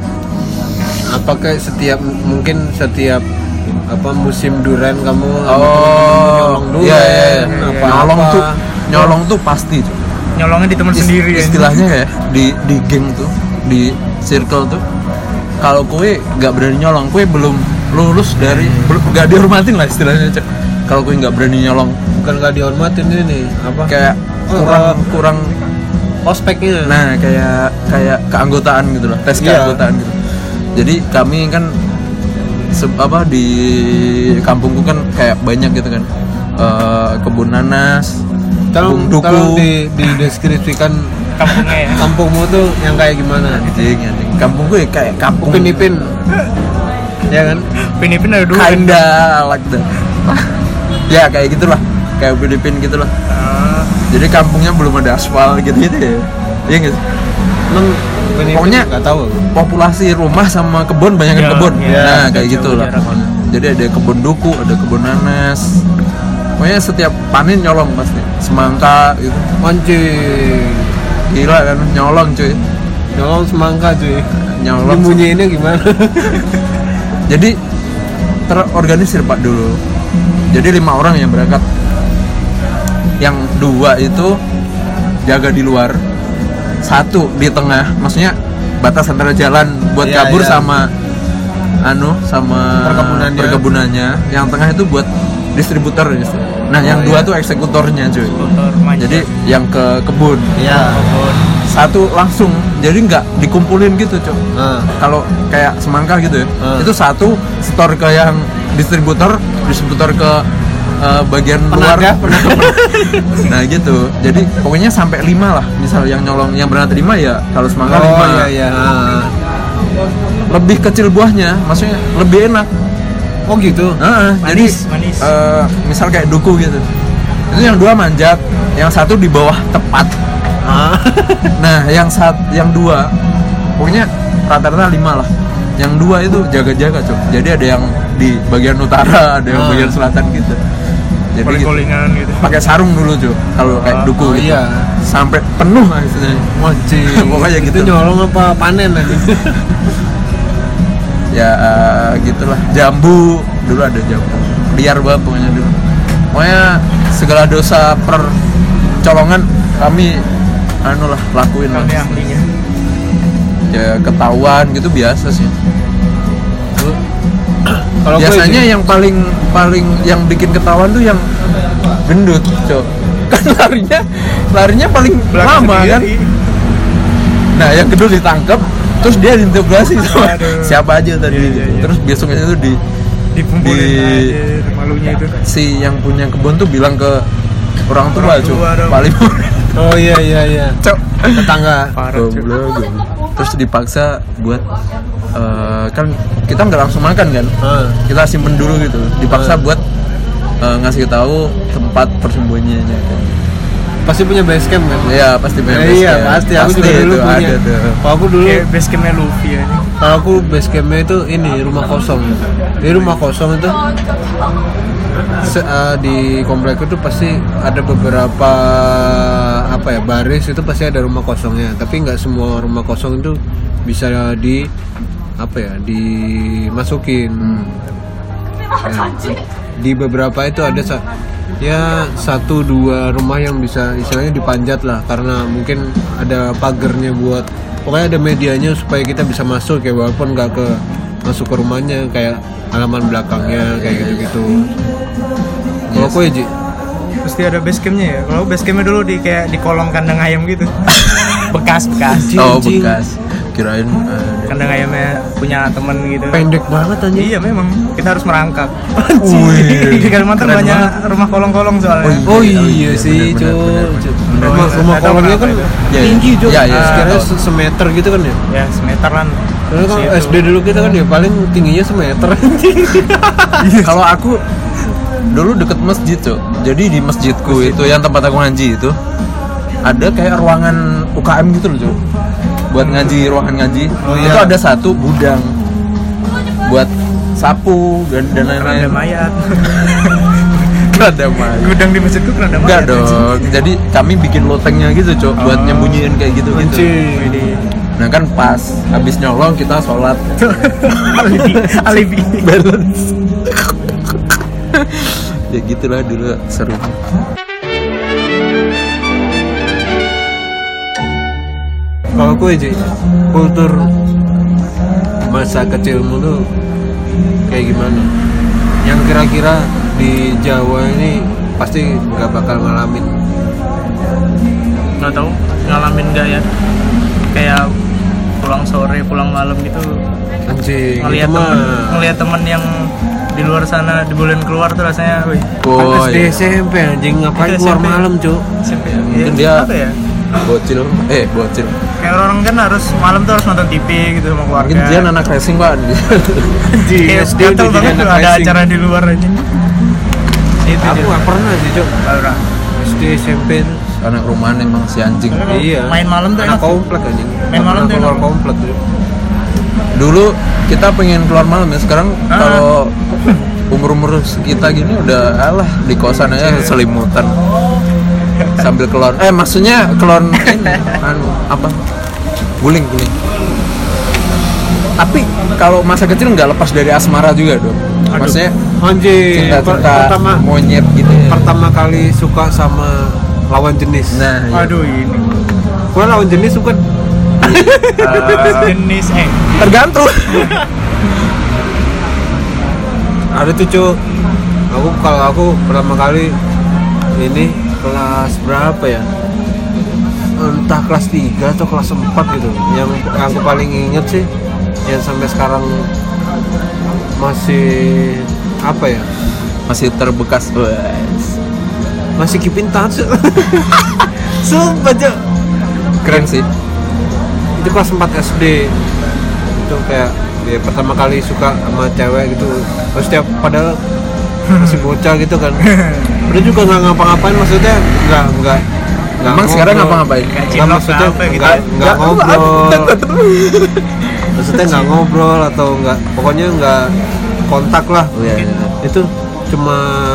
Apakah setiap mungkin setiap apa musim durian kamu sama Oh, teman-teman nyolong durian? iya, iya, iya. Apa, Nyolong apa? tuh, nyolong tuh pasti. Coy. Nyolongnya di teman Is- sendiri ya. istilahnya ya di di geng tuh, di circle tuh. Kalau kue nggak berani nyolong, kue belum lulus dari belum nggak dihormatin lah istilahnya. Coy. Kalau kue nggak berani nyolong, Bukan nggak dihormatin ini nih apa? kayak Oh, kurang oh. kurang. ospeknya. Nah, kayak kayak keanggotaan gitu loh, tes Iya. keanggotaan gitu. Jadi kami kan se- apa di kampungku kan kayak banyak gitu kan. Eh, kebun nanas, Tolong, kebun duku. tolong di, dideskripsikan Kampungnya ya. kampungmu tuh yang kayak gimana? Anjing, anjing. Kampungku ya kayak kampung Upin Ipin. Ya kan? Pinipin ada dua. kinda like that. Ya kayak gitulah, kayak Upin Ipin gitulah. Ah, Jadi kampungnya belum ada aspal gitu-gitu ya. Iya nggak sih? Emang Upin Ipin Pokoknya- nggak tahu aku. Populasi rumah sama kebun banyak Ya, kebun. ya, Nah, kayak jauh gitu lah. jarak. Jadi ada kebun duku, ada kebun nanas. Pokoknya setiap panen nyolong pasti. Semangka gitu. Mancing. Gila kan nyolong cuy. Nyolong semangka cuy. Nyolong. Nyembunyiinnya gimana? Jadi terorganisir Pak dulu. Jadi lima orang yang berangkat. Yang dua itu jaga di luar, satu di tengah, maksudnya batas antara jalan buat Iya, kabur iya. sama anu sama Perkebunannya. perkebunannya. Yang tengah itu buat distributor. Nah, yang Oh, dua iya. tuh eksekutornya, cuy. Motor manja. Jadi yang ke kebun. Iya. Satu langsung, jadi nggak dikumpulin gitu, cuy. Nah, Kalau kayak semangka gitu ya, Hmm. itu satu store ke yang distributor, distributor ke uh, bagian luar. Penaga, penaga. Nah gitu, jadi pokoknya sampai lima lah. Misal yang nyolong, yang berangkat lima ya, kalau semangka Oh lima. iya iya. Ah. Lebih kecil buahnya, maksudnya lebih enak. Oh gitu. Nah, jadi Manis, manis. uh, misal kayak duku gitu, itu yang dua manjat, yang satu di bawah tepat. Ah. Nah, yang saat yang dua, pokoknya rata-rata lima lah. Yang dua itu jaga-jaga, Cok. Jadi ada yang di bagian utara, ada yang Ah. bagian selatan gitu. Jadi gitu. Koling-kolingan gitu. Pakai sarung dulu, Cok. Kalau kayak Oh, duku oh gitu. iya. Sampai penuh lah istilahnya. Wajib. Pokoknya gitu. Itu nyolong apa panen aja? Ya uh, gitulah. Jambu, dulu ada jambu. Liar banget pokoknya dulu. Pokoknya segala dosa percolongan kami anu lah lakuin lah. Kami ahlinya. Ya ketahuan gitu biasa sih. Kalau gue Biasanya sih- yang paling paling yang bikin ketahuan tuh yang gendut, Cok. Kan larinya larinya paling lama kan. Nah, yang gendut ditangkap, terus dia diinterogasi sama Aduh. siapa aja tadi. Iya, iya, iya. Terus besoknya itu di Dikumpulin Di- aja malunya itu. si yang punya kebun tuh bilang ke orang tua, Orang Cok. tua dong. Paling Oh iya iya iya. Cok. Tetangga. Parah, Cuk. Goblok, goblok. Terus dipaksa buat eh, kan kita nggak langsung makan kan, Ah. kita simpen dulu gitu, dipaksa Hmm. buat eh, ngasih tahu tempat persembunyiannya kan. Pasti punya base camp kan? Iya pasti punya Eh, base iya camp. pasti. Aku juga dulu itu punya. ada tuh. Kalau aku dulu, Kayak base campnya Luffy ya ini. kalau aku base campnya itu ini rumah kosong. Di rumah kosong itu se- eh, di komplek itu pasti ada beberapa apa ya baris itu pasti ada rumah kosongnya. Tapi nggak semua rumah kosong itu bisa di apa ya dimasukin. Ya, di beberapa itu ada sa- ya satu dua rumah yang bisa istilahnya dipanjat lah karena mungkin ada pagernya buat pokoknya ada medianya supaya kita bisa masuk ya walaupun nggak ke masuk ke rumahnya kayak halaman belakangnya kayak gitu-gitu. Kalau Yes. kue Ji, Pasti ada base campnya ya. Kalau base campnya dulu di kayak di kolong kandang ayam gitu. bekas bekas. Anjing, Oh anjing. bekas, kirain ada. Kandang ayamnya punya temen gitu. pendek banget anjing. Iya memang kita harus merangkak. Wih, Di Kalimantan keren banyak banget. rumah kolong-kolong soalnya. Oh, Oh iya, iya bener, sih, bener, Cuk. bener, Cuk. bener. Rumah Bener. rumah Nggak tahu kolongnya kenapa kan itu. Iya, iya. tinggi, Cuk. Iya, iya, Sekiranya tahu. se- semeter gitu kan ya. Ya semeteran. Karena kan Situ. S D dulu kita kan ya paling tingginya semeter. Kalau aku dulu deket masjid, Cok. Jadi di masjidku itu yang tempat aku ngaji itu ada kayak ruangan U K M gitu loh, Cok. Buat ngaji, ruangan ngaji. Oh, itu iya. ada satu gudang buat sapu dan dan Keranda lain-lain. mayat. Keranda mayat. Gudang di masjidku keranda mayat. Enggak dong. Jadi kami bikin lotengnya gitu, Cok, buat Oh. nyembunyiin kayak gitu gitu. Anjing. Nah kan pas habis nyolong kita sholat alibi, alibi. balance. Ya gitulah dulu seru. Kalau gue Ji, kultur masa kecilmu tuh kayak gimana? Yang kira-kira di Jawa ini pasti nggak bakal ngalamin. Nggak tahu ngalamin nggak ya? Kayak pulang sore, pulang malam gitu. Anjing, Ngelihat itu mah temen, ngelihat temen yang di luar sana dibolehin keluar tuh rasanya, wih. kan Oh, S D iya. S M P anjing ngapain Itu keluar S M P. malam, Cuk? Sampai Mungkin ya, dia apa ya? bocil, eh bocil. Kayak orang kan harus malam tuh harus nonton T V gitu sama keluarga. Mungkin dia anak racing pak. Anjing, Kayak S D gatel udah jadi banget anak tuh ada racing. acara di luar aja. Itu Aku dia. nggak pernah sih, Cuk. Parah. S D S M P tuh. Anak rumahan emang si anjing. Kalau Iya. main malam tuh anak enak. komplek anjing. Main Nggak malam pernah tuh keluar enak. komplek tuh. Dulu kita pengen keluar malam ya. Sekarang Ah. kalau umur-umur kita gini udah alah di kosan aja selimutan sambil keluar. Eh maksudnya keluar ini anu, apa? Guling guling. Tapi kalau masa kecil nggak lepas dari asmara juga dong. Maksudnya Anjing, per- cinta-cinta pertama monyet gitu ya. pertama kali suka sama lawan jenis. Nah, iya. Aduh ini. Gua lawan jenis bukan. Eh, Jenis eh. tergantung. Ada tuh cu. Aku kalau aku pertama kali ini kelas berapa ya? Entah kelas tiga atau kelas empat gitu. Yang aku paling inget sih yang sampai sekarang masih apa ya? Masih terbekas. Wes. Masih keep in touch. Sumpah cu. Keren sih. Itu kelas empat S D. Itu kayak dia pertama kali suka sama cewek gitu. Terus tiap padahal masih bocah gitu kan. Udah juga nggak ngapa-ngapain, maksudnya nggak nggak nggak Emang sekarang ngobrol. ngapa-ngapain? Kayak Nggak, cinlok maksudnya apa gitu. nggak nggak ngobrol. Maksudnya nggak ngobrol atau nggak, pokoknya nggak kontak lah. Oh, iya, iya. Itu cuma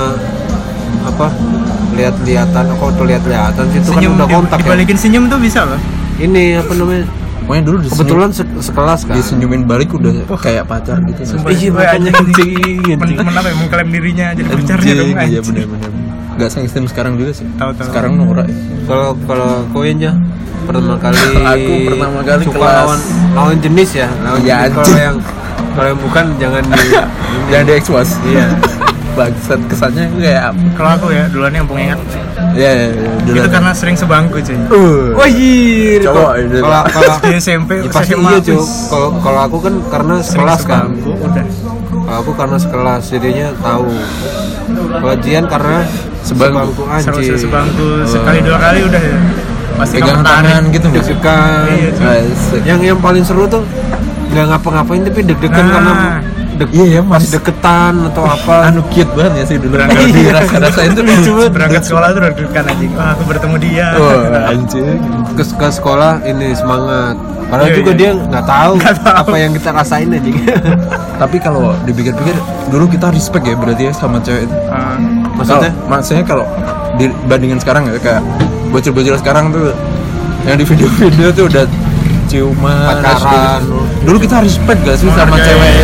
apa? Lihat-lihatan, kok tuh lihat-lihatan sih itu kan Senyum udah di- kontak ya. dibalikin senyum tuh bisa loh. Ini apa namanya? Pokoknya dulu disenyum, Kebetulan se- sekelas kan. disenyumin balik udah kayak pacar gitu. Sumpah. Iya, Wah, makanya anjing. anjing, Men, anjing. men apa ya, mengklaim dirinya jadi pacarnya Anjing, dong iya anjing. bener-bener. Gak se-ekstrem sekarang juga sih. Tahu-tahu. Sekarang norak ya. Kalau kalau koin ya pertama kali Aku pertama kali suka kelas- lawan lawan jenis ya. Lawan Iya, jenis. Kalau anjing. yang kalau yang bukan jangan di Jangan di-expose. Iya. Bangsat, kesannya kayak apa? Kalau aku ya duluan yang pengingat Iya, iya, iya. Dulu itu karena sering sebangku cuy. Uh. Wajir. Cowok itu. Kalau kalau Di S M P ya, pasti S M A iya aku cuy. Kalau kalau aku kan karena sering sekelas kan. sebangku udah. Kalau aku karena sekelas jadinya tahu. Kalau Jian karena Sebangku. anjing. Seru sebangku sekali dua kali udah ya. Pasti Pegang kamu tarik. tangan gitu nggak sih? Deg-degan. Iya, cuy. Asik. Yang yang paling seru tuh nggak ngapa-ngapain tapi deg-degan Nah. karena deg Iya, ya, pas Mas. deketan atau apa. Anu cute banget ya sih dulu. Berangkat. Kalau dirasa-rasain tuh lucu banget. Berangkat sekolah tuh udah deg-degan anjing. Wah, aku bertemu dia. Wah, anjing. ke, ke sekolah ini semangat. Padahal Iya, juga iya. dia nggak tahu, Nggak tahu. apa yang kita rasain aja. Tapi kalau dipikir-pikir dulu kita respect ya berarti ya sama cewek itu. Ah, Maksudnya? Kalau- maksudnya kalau dibandingin sekarang ya kayak bocil-bocil sekarang tuh yang di video-video tuh udah ciuman, Pacaran. dulu kita respect gak sih sama Menghargai. cewek?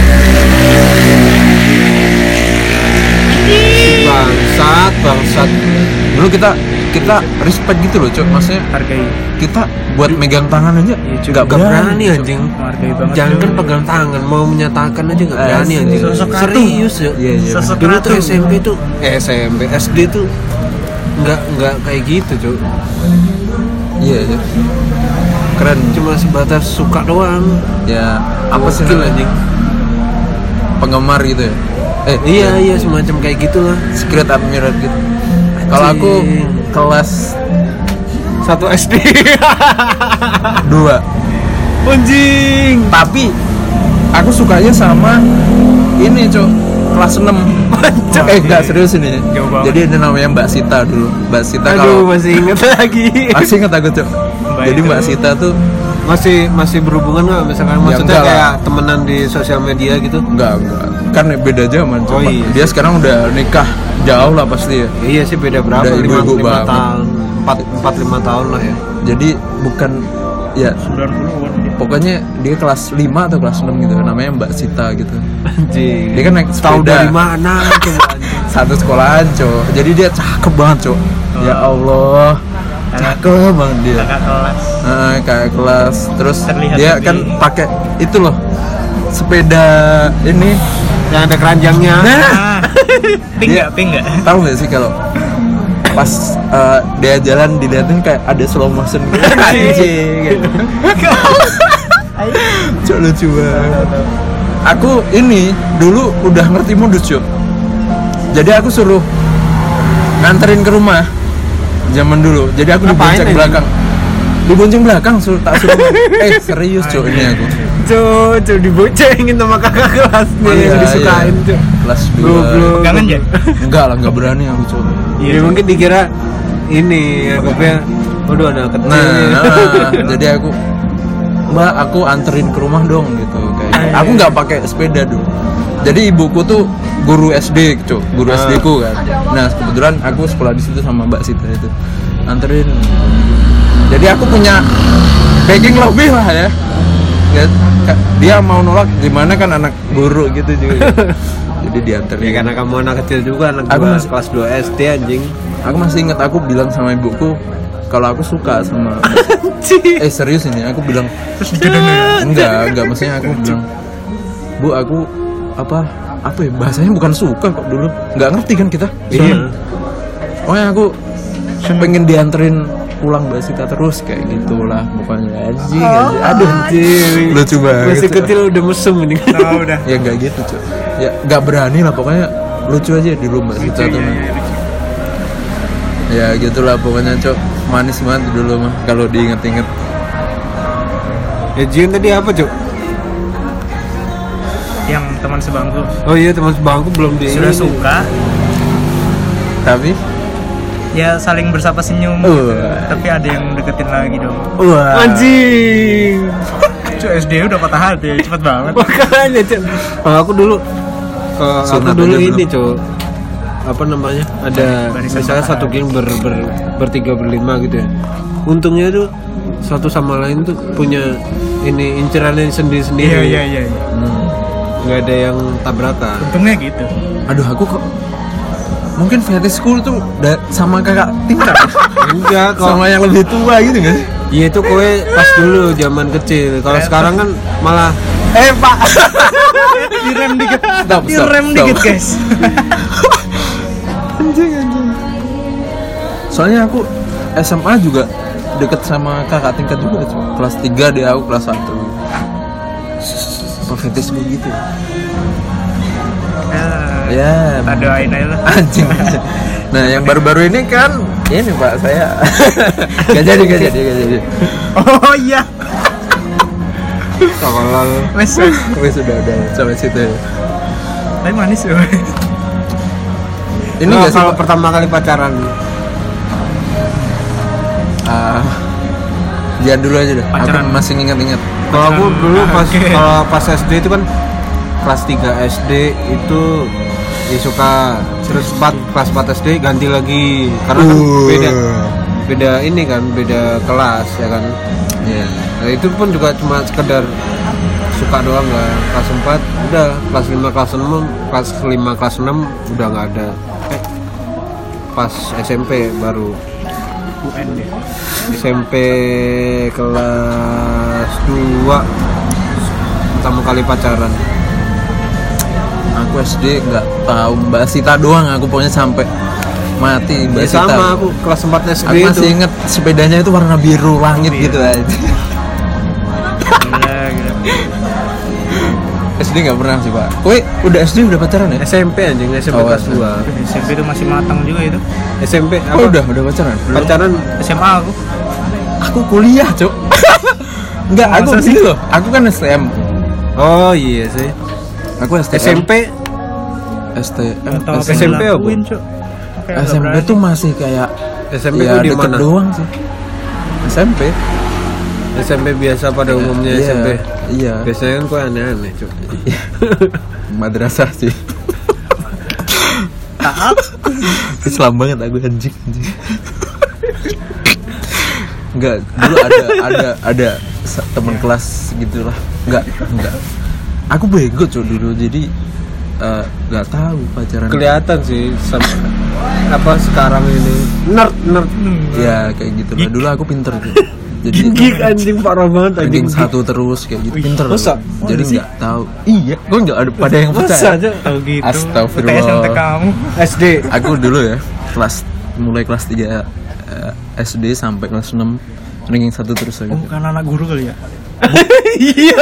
bangsat, bangsat. Dulu kita kita respect gitu loh, cok. Maksudnya hargai. kita buat megang tangan aja Iya, Cuk. nggak Gak berani. berani anjing. Menghargai banget. Jangan kan cuy. pegang tangan, mau menyatakan aja nggak berani Eh, anjing. sosok ratu. Serius ya. Iya, iya. Sosok Dulu tuh ratu. S M P tuh, eh S M P, S D tuh nggak nggak kayak gitu cuy. Iya, iya. Keren. Cuma sebatas suka doang. Ya apa sih Gokil, namanya? anjing. Penggemar gitu ya? Eh Iya iya semacam kayak gitulah. secret admirer gitu. Kalau aku Anjing. kelas Satu S D. dua. Anjing. Tapi aku sukanya sama ini, cok, kelas enam. Eh enggak, serius ini. Jauh banget. Jadi ada namanya Mbak Sita dulu. Mbak Sita Aduh kalau masih inget lagi. masih ingat aku, cok. Mbak Jadi itu- Mbak Sita tuh Masih masih berhubungan nggak misalkan Ya, maksudnya enggak kayak lah. temenan di sosial media gitu? enggak enggak kan beda zaman, Oh, cok. iya. Dia sekarang udah nikah jauh lah pasti ya. Iya sih beda berapa? Udah lima, ibu-ibu lima banget. tahun, empat empat lima tahun lah ya. Jadi bukan ya sembilan puluhan dia. pokoknya dia kelas lima atau kelas enam gitu, namanya Mbak Sita gitu. Anjing. Dia kan naik Tahu sepeda. dari mana coba anjing. Satu sekolahan, cok. Jadi dia cakep banget, cok. Ya Allah, cakep banget dia. Kakak kelas. Nah, kayak kelas. Terus Terlihat dia lebih- kan pakai itu loh, sepeda ini. Yang ada keranjangnya. Nah, Ah, pink Dia- nggak? Pink nggak? tahu nggak sih kalau pas eh, dia jalan diliatin kayak ada slow motion gitu. Anjing. Cok, lucu banget. Aku ini dulu udah ngerti modus, cok. Jadi aku suruh nganterin ke rumah zaman dulu. Jadi aku Ngapain dibonceng ini? belakang. Dibonceng belakang suruh tak suruh. Eh, serius, cok, ini aku. Cuy, cuy diboncengin sama kakak kelasnya yang Iya, disukain iya. cuy. Kelas dua. Goblok. Pegangan ya? Enggak lah, enggak berani aku, cok. Iya mungkin dikira ini anggapnya waduh anak kecil. Nah, nih. nah, jadi aku, Mbak, aku anterin ke rumah dong gitu kayak. Aku nggak pakai sepeda dulu. Jadi ibuku tuh guru S D, cok, guru Ah. S D ku kan. Nah, kebetulan aku sekolah di situ sama Mbak Sita itu. Anterin. Jadi aku punya backing lebih lah ya. Ya, ka- dia mau nolak gimana kan anak guru gitu juga. jadi dianterin. Ya karena kamu anak kecil juga, anak Aku gua masih- kelas dua S D anjing. Aku masih ingat aku bilang sama ibuku kalau aku suka sama eh serius ini aku bilang Terus dijodohin ya? enggak enggak maksudnya aku bilang bu aku apa apa ya bahasanya bukan suka kok dulu nggak ngerti kan kita. Iya. Pokoknya aku pengen dianterin pulang Basita terus kayak gitulah pokoknya anjing. Oh, Aduh anjing. lucu banget. Masih kecil udah mesum ini. Oh, udah. Ya nggak gitu cuy. Ya nggak berani lah pokoknya lucu aja dulu Basita Lucu, tuh. iya, mah. iya, lucu. Ya gitulah pokoknya cok manis banget dulu mah kalau diinget-inget. Ya Jian tadi apa cuk? Yang teman sebangku Oh iya teman sebangku belum di sudah ini. suka, Tapi ya saling bersapa senyum. Uh. Tapi ada yang deketin lagi dong. wah Anjing. Cuy S D udah patah hati, cepet banget. Makanya cuk. Oh, aku dulu uh, aku Sunat dulu aja ini belum. cuk. Apa namanya? Ada Barisan misalnya pasangan. satu geng ber, ber bertiga berlima gitu ya. Untungnya tuh satu sama lain tuh punya ini incerannya sendiri-sendiri. Iya iya iya. iya. Hmm. Nggak ada yang tabrakan. Untungnya gitu. Aduh aku kok mungkin fetish school tuh da- sama kakak tingkat Enggak kok. sama yang lebih tua gitu kan? Iya itu kowe pas dulu zaman kecil. Kalau sekarang kan malah Eh pak, Direm dikit. Stop, stop, Direm stop. dikit guys. anjing anjing. Soalnya aku S M A juga deket sama kakak tingkat juga, cuy. Kelas tiga dia aku kelas satu. Apa fetish school gitu? Ya. Ya, Kita doain aja lah. anjing. anjing. Nah yang baru-baru ini kan ini pak saya gak jadi gak jadi gak jadi. Oh iya. tolol. Wes wes. Wes sudah udah sampai situ ya. Tapi manis loh. Ini Nah, gak sih kalau Pak? pertama kali pacaran? Ah, jangan dulu aja deh. Pacaran. Aku masih ingat-ingat. Kalau aku Pacaran. dulu pas Oke. kalau pas S D itu kan kelas tiga S D itu ya suka, terus empat kelas empat S D ganti lagi karena kan Uh. beda beda ini kan beda kelas ya kan. Iya. Nah, itu pun juga cuma sekedar suka doang lah. Kelas empat udah, kelas lima kelas enam kelas lima kelas enam udah nggak ada. Eh, pas S M P baru U N deh. S M P kelas dua pertama kali pacaran. Aku S D nggak tahu Mbak Sita doang. Aku pokoknya sampai mati Mbak Ya, Sita. sama aku kelas empat S D Aku itu. masih inget sepedanya itu warna biru langit gitu aja. Gila gila. S D nggak pernah sih Pak. Kowe udah S D udah pacaran ya? S M P anjing, S M P Oh, kelas S M P. dua. S M P itu masih matang juga itu. S M P apa? Oh udah udah pacaran. Pacaran S M A aku. Aku kuliah cok. Enggak, aku Masa gini sih? loh. Aku kan S T M. Oh iya sih. Aku S T M. S M P S T M. Atau apa S M P apa? yang dilakuin, Cuk? Kayak S M P nggak berani. tuh masih kayak S M P ya tuh di deket mana? doang sih. S M P. S M P biasa pada umumnya Iya, S M P. Iya. Biasanya kan kok aneh-aneh, Cuk. Madrasah sih. Islam banget aku anjing anjing. Enggak, dulu ada ada ada sa- teman kelas gitulah. Enggak, enggak. Aku bego cuy dulu jadi eh, nggak tahu pacaran. Kelihatan sih sama apa sekarang ini nerd nerd. Ya kayak gitu lah. Dulu aku pinter tuh. Jadi Gig anjing parah banget anjing. ranking satu terus kayak gitu. Pinter. masa? Jadi nggak tahu. Iya, kok nggak ada pada yang Masa percaya. aja Tahu gitu. Astagfirullah. T S M T kamu. S D. Aku dulu ya kelas mulai kelas tiga eh, S D sampai kelas enam ranking satu terus Oh, aku. bukan anak guru kali ya? Iya.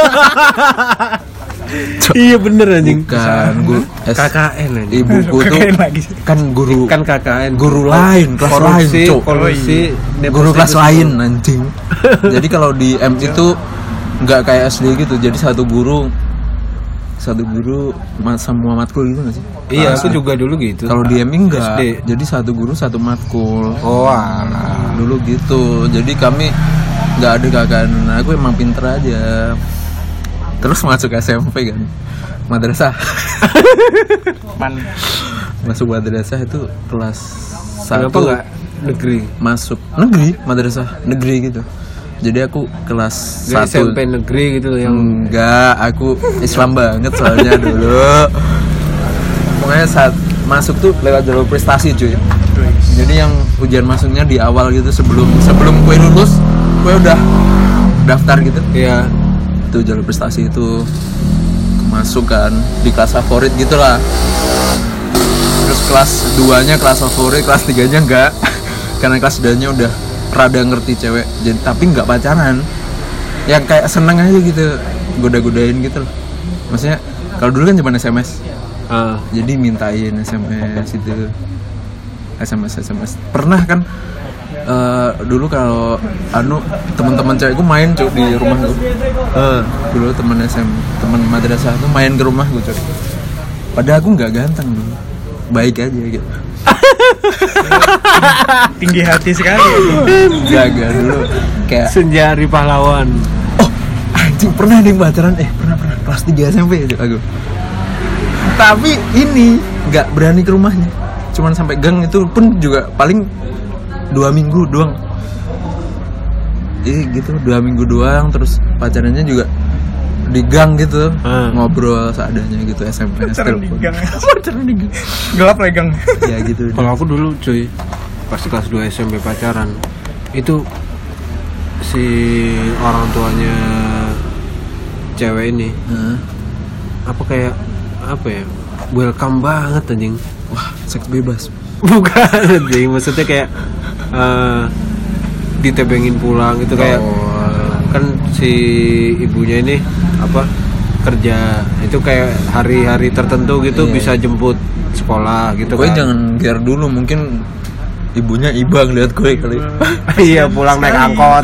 Iya bener anjing. Bukan guru S- K K N anjing. ibuku tuh Keren lagi sih. kan guru Kan K K N. guru lain kelas lain Korupsi, cok korupsi, guru kelas nepotisme. lain anjing. Jadi kalau di M itu nggak kayak S D gitu, jadi satu guru satu guru ma- semua matkul gitu nggak sih? Iya, Kelas aku ya. juga dulu gitu. Kalau di M I enggak, S D. jadi satu guru satu matkul. Oh, alah. Dulu gitu, jadi kami nggak ada kakak. Aku emang pinter aja. Terus masuk S M P kan, madrasah. Man. Masuk madrasah itu kelas Kenapa satu enggak negeri? masuk negeri, madrasah negeri gitu. Jadi aku kelas Nggak S M satu P negeri gitu loh yang enggak, aku Islam banget soalnya dulu. pokoknya saat masuk tuh lewat jalur prestasi cuy. Jadi yang ujian masuknya di awal gitu sebelum sebelum kue lulus, kue udah daftar gitu. Iya. Itu jalur prestasi itu masuk kan di kelas favorit gitulah. Terus kelas dua nya kelas favorit, kelas tiga nya enggak. Karena kelas dua nya udah rada ngerti cewek. Jadi tapi enggak pacaran. Yang kayak seneng aja gitu, goda-godain gitu loh. Maksudnya kalau dulu kan cuma S M S. Uh. Jadi mintain S M S itu. S M S S M S. Pernah kan uh, dulu kalau anu teman-teman cewekku main cuy di rumahku. Uh, dulu teman S M teman madrasah tuh main ke rumahku cuy. Padahal aku nggak ganteng dulu. Baik aja gitu. Tinggi hati sekali. Jaga dulu kayak Senjari pahlawan. oh anjing pernah nih pacaran eh pernah pernah kelas tiga S M P itu aku. Tapi ini nggak berani ke rumahnya. Cuman sampai gang itu pun juga paling dua minggu doang. Iya gitu dua minggu doang terus pacarannya juga di gang gitu hmm. ngobrol seadanya gitu S M P. Pacaran di gang. Pacaran di gang. Gelap lah gang. Ya gitu. Kalau aku dulu cuy pas kelas dua S M P pacaran itu si orang tuanya cewek ini hmm. apa kayak apa ya welcome banget anjing. Wah seks bebas. Bukan anjing maksudnya kayak uh, ditebengin pulang gitu kayak oh. Kan si ibunya ini apa kerja itu kayak hari-hari tertentu gitu yeah. Bisa jemput sekolah gitu gue kan. Jangan biar dulu mungkin ibunya iba ngeliat gue kali. Iya pulang naik angkot.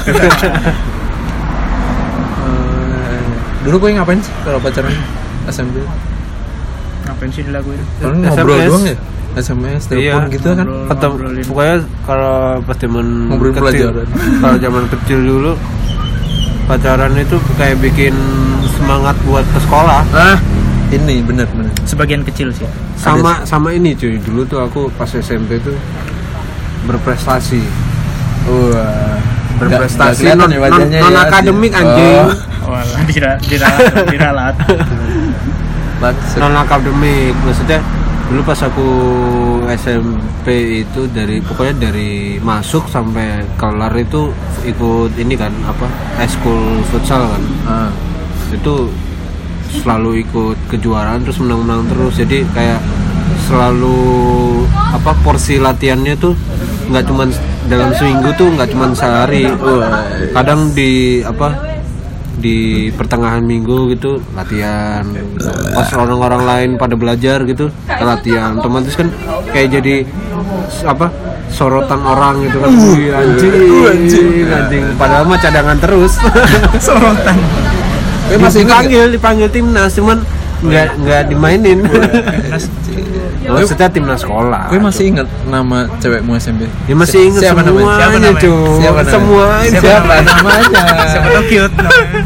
Dulu gue ngapain sih kalau pacaran S M P? Ngapain sih dilakuin? Kalau ngobrol doang ya? S M S, telepon iya, gitu kan? Atau pokoknya kalau pas zaman kecil, kalau zaman kecil dulu pacaran itu kayak bikin semangat buat ke sekolah. Ah, ini benar benar. Sebagian kecil sih. Sama Ada. Sama ini cuy. Dulu tuh aku pas S M P tuh berprestasi. Wah, berprestasi non, non, non ya, akademik anjing. Oh, walah diralat diralat. diralat. Non akademik maksudnya dulu pas aku S M P itu dari pokoknya dari masuk sampai kelar itu ikut ini kan apa eskul futsal kan ah. Itu selalu ikut kejuaraan terus menang-menang terus jadi kayak selalu apa porsi latihannya tuh nggak cuman dalam seminggu tuh nggak cuman sehari kadang di apa di pertengahan minggu gitu latihan pas orang-orang lain pada belajar gitu latihan otomatis kan kayak jadi apa sorotan orang gitu kan uh, anjing anjing anjing padahal mah cadangan terus sorotan Gue masih dipanggil dipanggil timnas cuman nggak nggak dimainin. Maksudnya timnas sekolah. Gue masih ingat nama cewekmu S M P. Ya masih ingat siapa semuanya, namanya? Siapa namanya? Cuy. Siapa namanya? Semuanya. Siapa, siapa namanya? Siapa tuh cute namanya?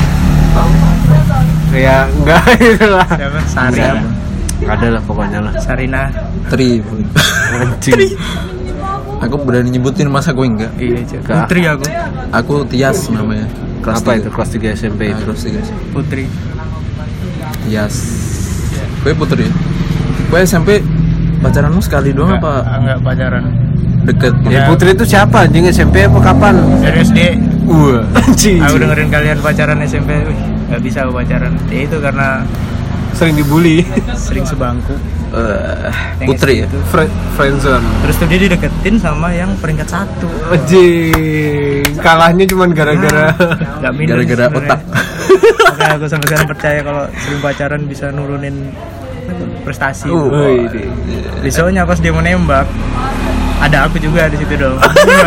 Ya enggak itulah. Siapa? Sari. Ada lah pokoknya lah. Sarina. Tri. Anjing. Aku berani nyebutin masa gue enggak? Iya, Putri aku. Aku Tias namanya. Kelas apa tiga. Itu? Kelas tiga S M P itu. Nah, kelas tiga. Putri. Tias. Gue Putri. Gue S M P pacaranmu sekali doang enggak, apa? Enggak pacaran. Deket. Ya, Putri itu siapa anjing S M P apa kapan? Dari S D. Wah. Anjing. Aku dengerin kalian pacaran S M P. Wih, enggak bisa aku pacaran. Ya itu karena sering dibully, sering sebangku. Uh, Putri ya? Fre- friendzone. Terus tuh dia dideketin sama yang peringkat satu. Anjing, kalahnya cuma gara-gara nah, gara-gara otak. Makanya aku sampai sekarang percaya kalau sering pacaran bisa nurunin prestasi. Uh, oh, besoknya pas dia mau nembak, ada aku juga di situ dong.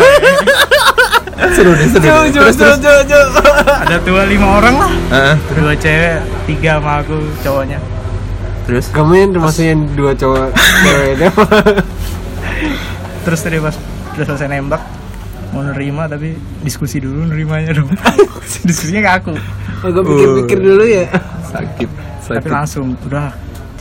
Seru deh, seru. Deh. Terus, terus, terus. Ada tua lima orang lah. Uh, dua cewek, tiga sama aku cowoknya. Terus kamu termasuk yang dua cowok cewek itu. Terus tadi pas udah selesai nembak mau nerima tapi diskusi dulu nerimanya dong. Diskusinya ke aku. Oh, gue pikir-pikir dulu ya. Sakit, sakit. Tapi langsung udah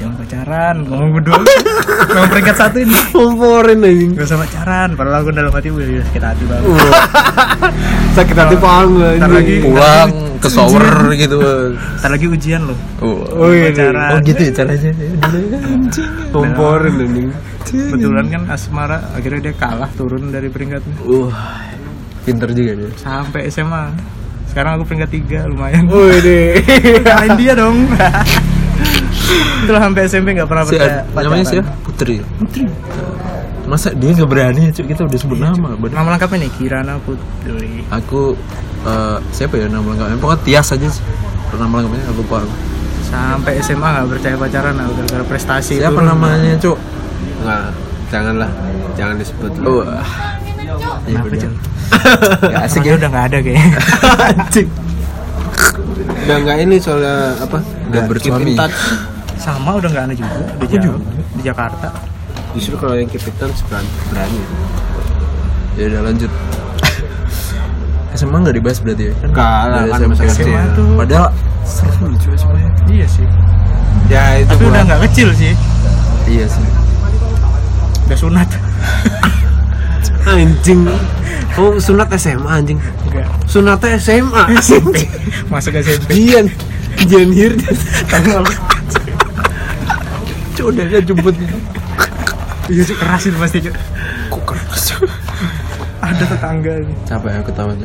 jangan pacaran, ngomong berdua. Ngomong peringkat satu ini. Komporin anjing. Gak usah pacaran, padahal aku dalam hati gue ya sakit hati banget. Sakit hati banget. Ntar lagi Pulang ke shower gitu. Ntar lagi ujian loh. Oh, Oh iya. Pacaran. oh gitu ya caranya. Komporin anjing. Kebetulan kan asmara akhirnya dia kalah turun dari peringkatnya Wah, pinter juga dia. sampai S M A. Sekarang aku peringkat tiga lumayan. Wih deh. Kalahin dia dong. Terus sampai S M P nggak pernah Si, percaya namanya siapa? Putri. Putri. Masa dia nggak berani ya, Cuk? Kita udah sebut nama. Bener. Nama lengkapnya nih Kirana Putri. Aku eh, siapa ya nama lengkapnya? Pokoknya Tias aja sih. Nama lengkapnya aku lupa. Sampai S M A nggak percaya pacaran, nah gara-gara prestasi. Siapa turun. namanya, Cuk? Nggak, janganlah, jangan disebut. Wah. Ya Kenapa, udah. Cuk? Ya asik Namanya ya. udah nggak ada kayaknya. Anjing. Udah nggak ini soalnya apa? Udah bersuami. keep in touch. Sama udah nggak ada juga di, Aku Jawa, juga. di Jakarta. Justru kalau yang keep in touch berani. berani. Ya udah lanjut. S M A nggak dibahas berarti ya? Nggak lah, Dari kan S M P masa S D. kecil. tuh. Padahal seru lucu S M A. Iya sih. Ya itu Tapi gua- udah nggak kecil sih. Iya sih. Udah sunat. anjing. Oh sunat S M A anjing. Enggak. Sunatnya S M A. S M P. Masuk S M P. Dian. Dian Hir. Tahu apa? Cuk udah gak jemput. Iya Cuk, keras itu pasti Cuk. Kok keras? Ada tetangga nih. Capek aku tawanya.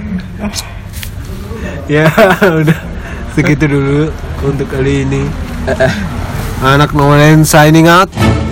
Ya udah segitu dulu untuk kali ini. Anak Nolen signing out.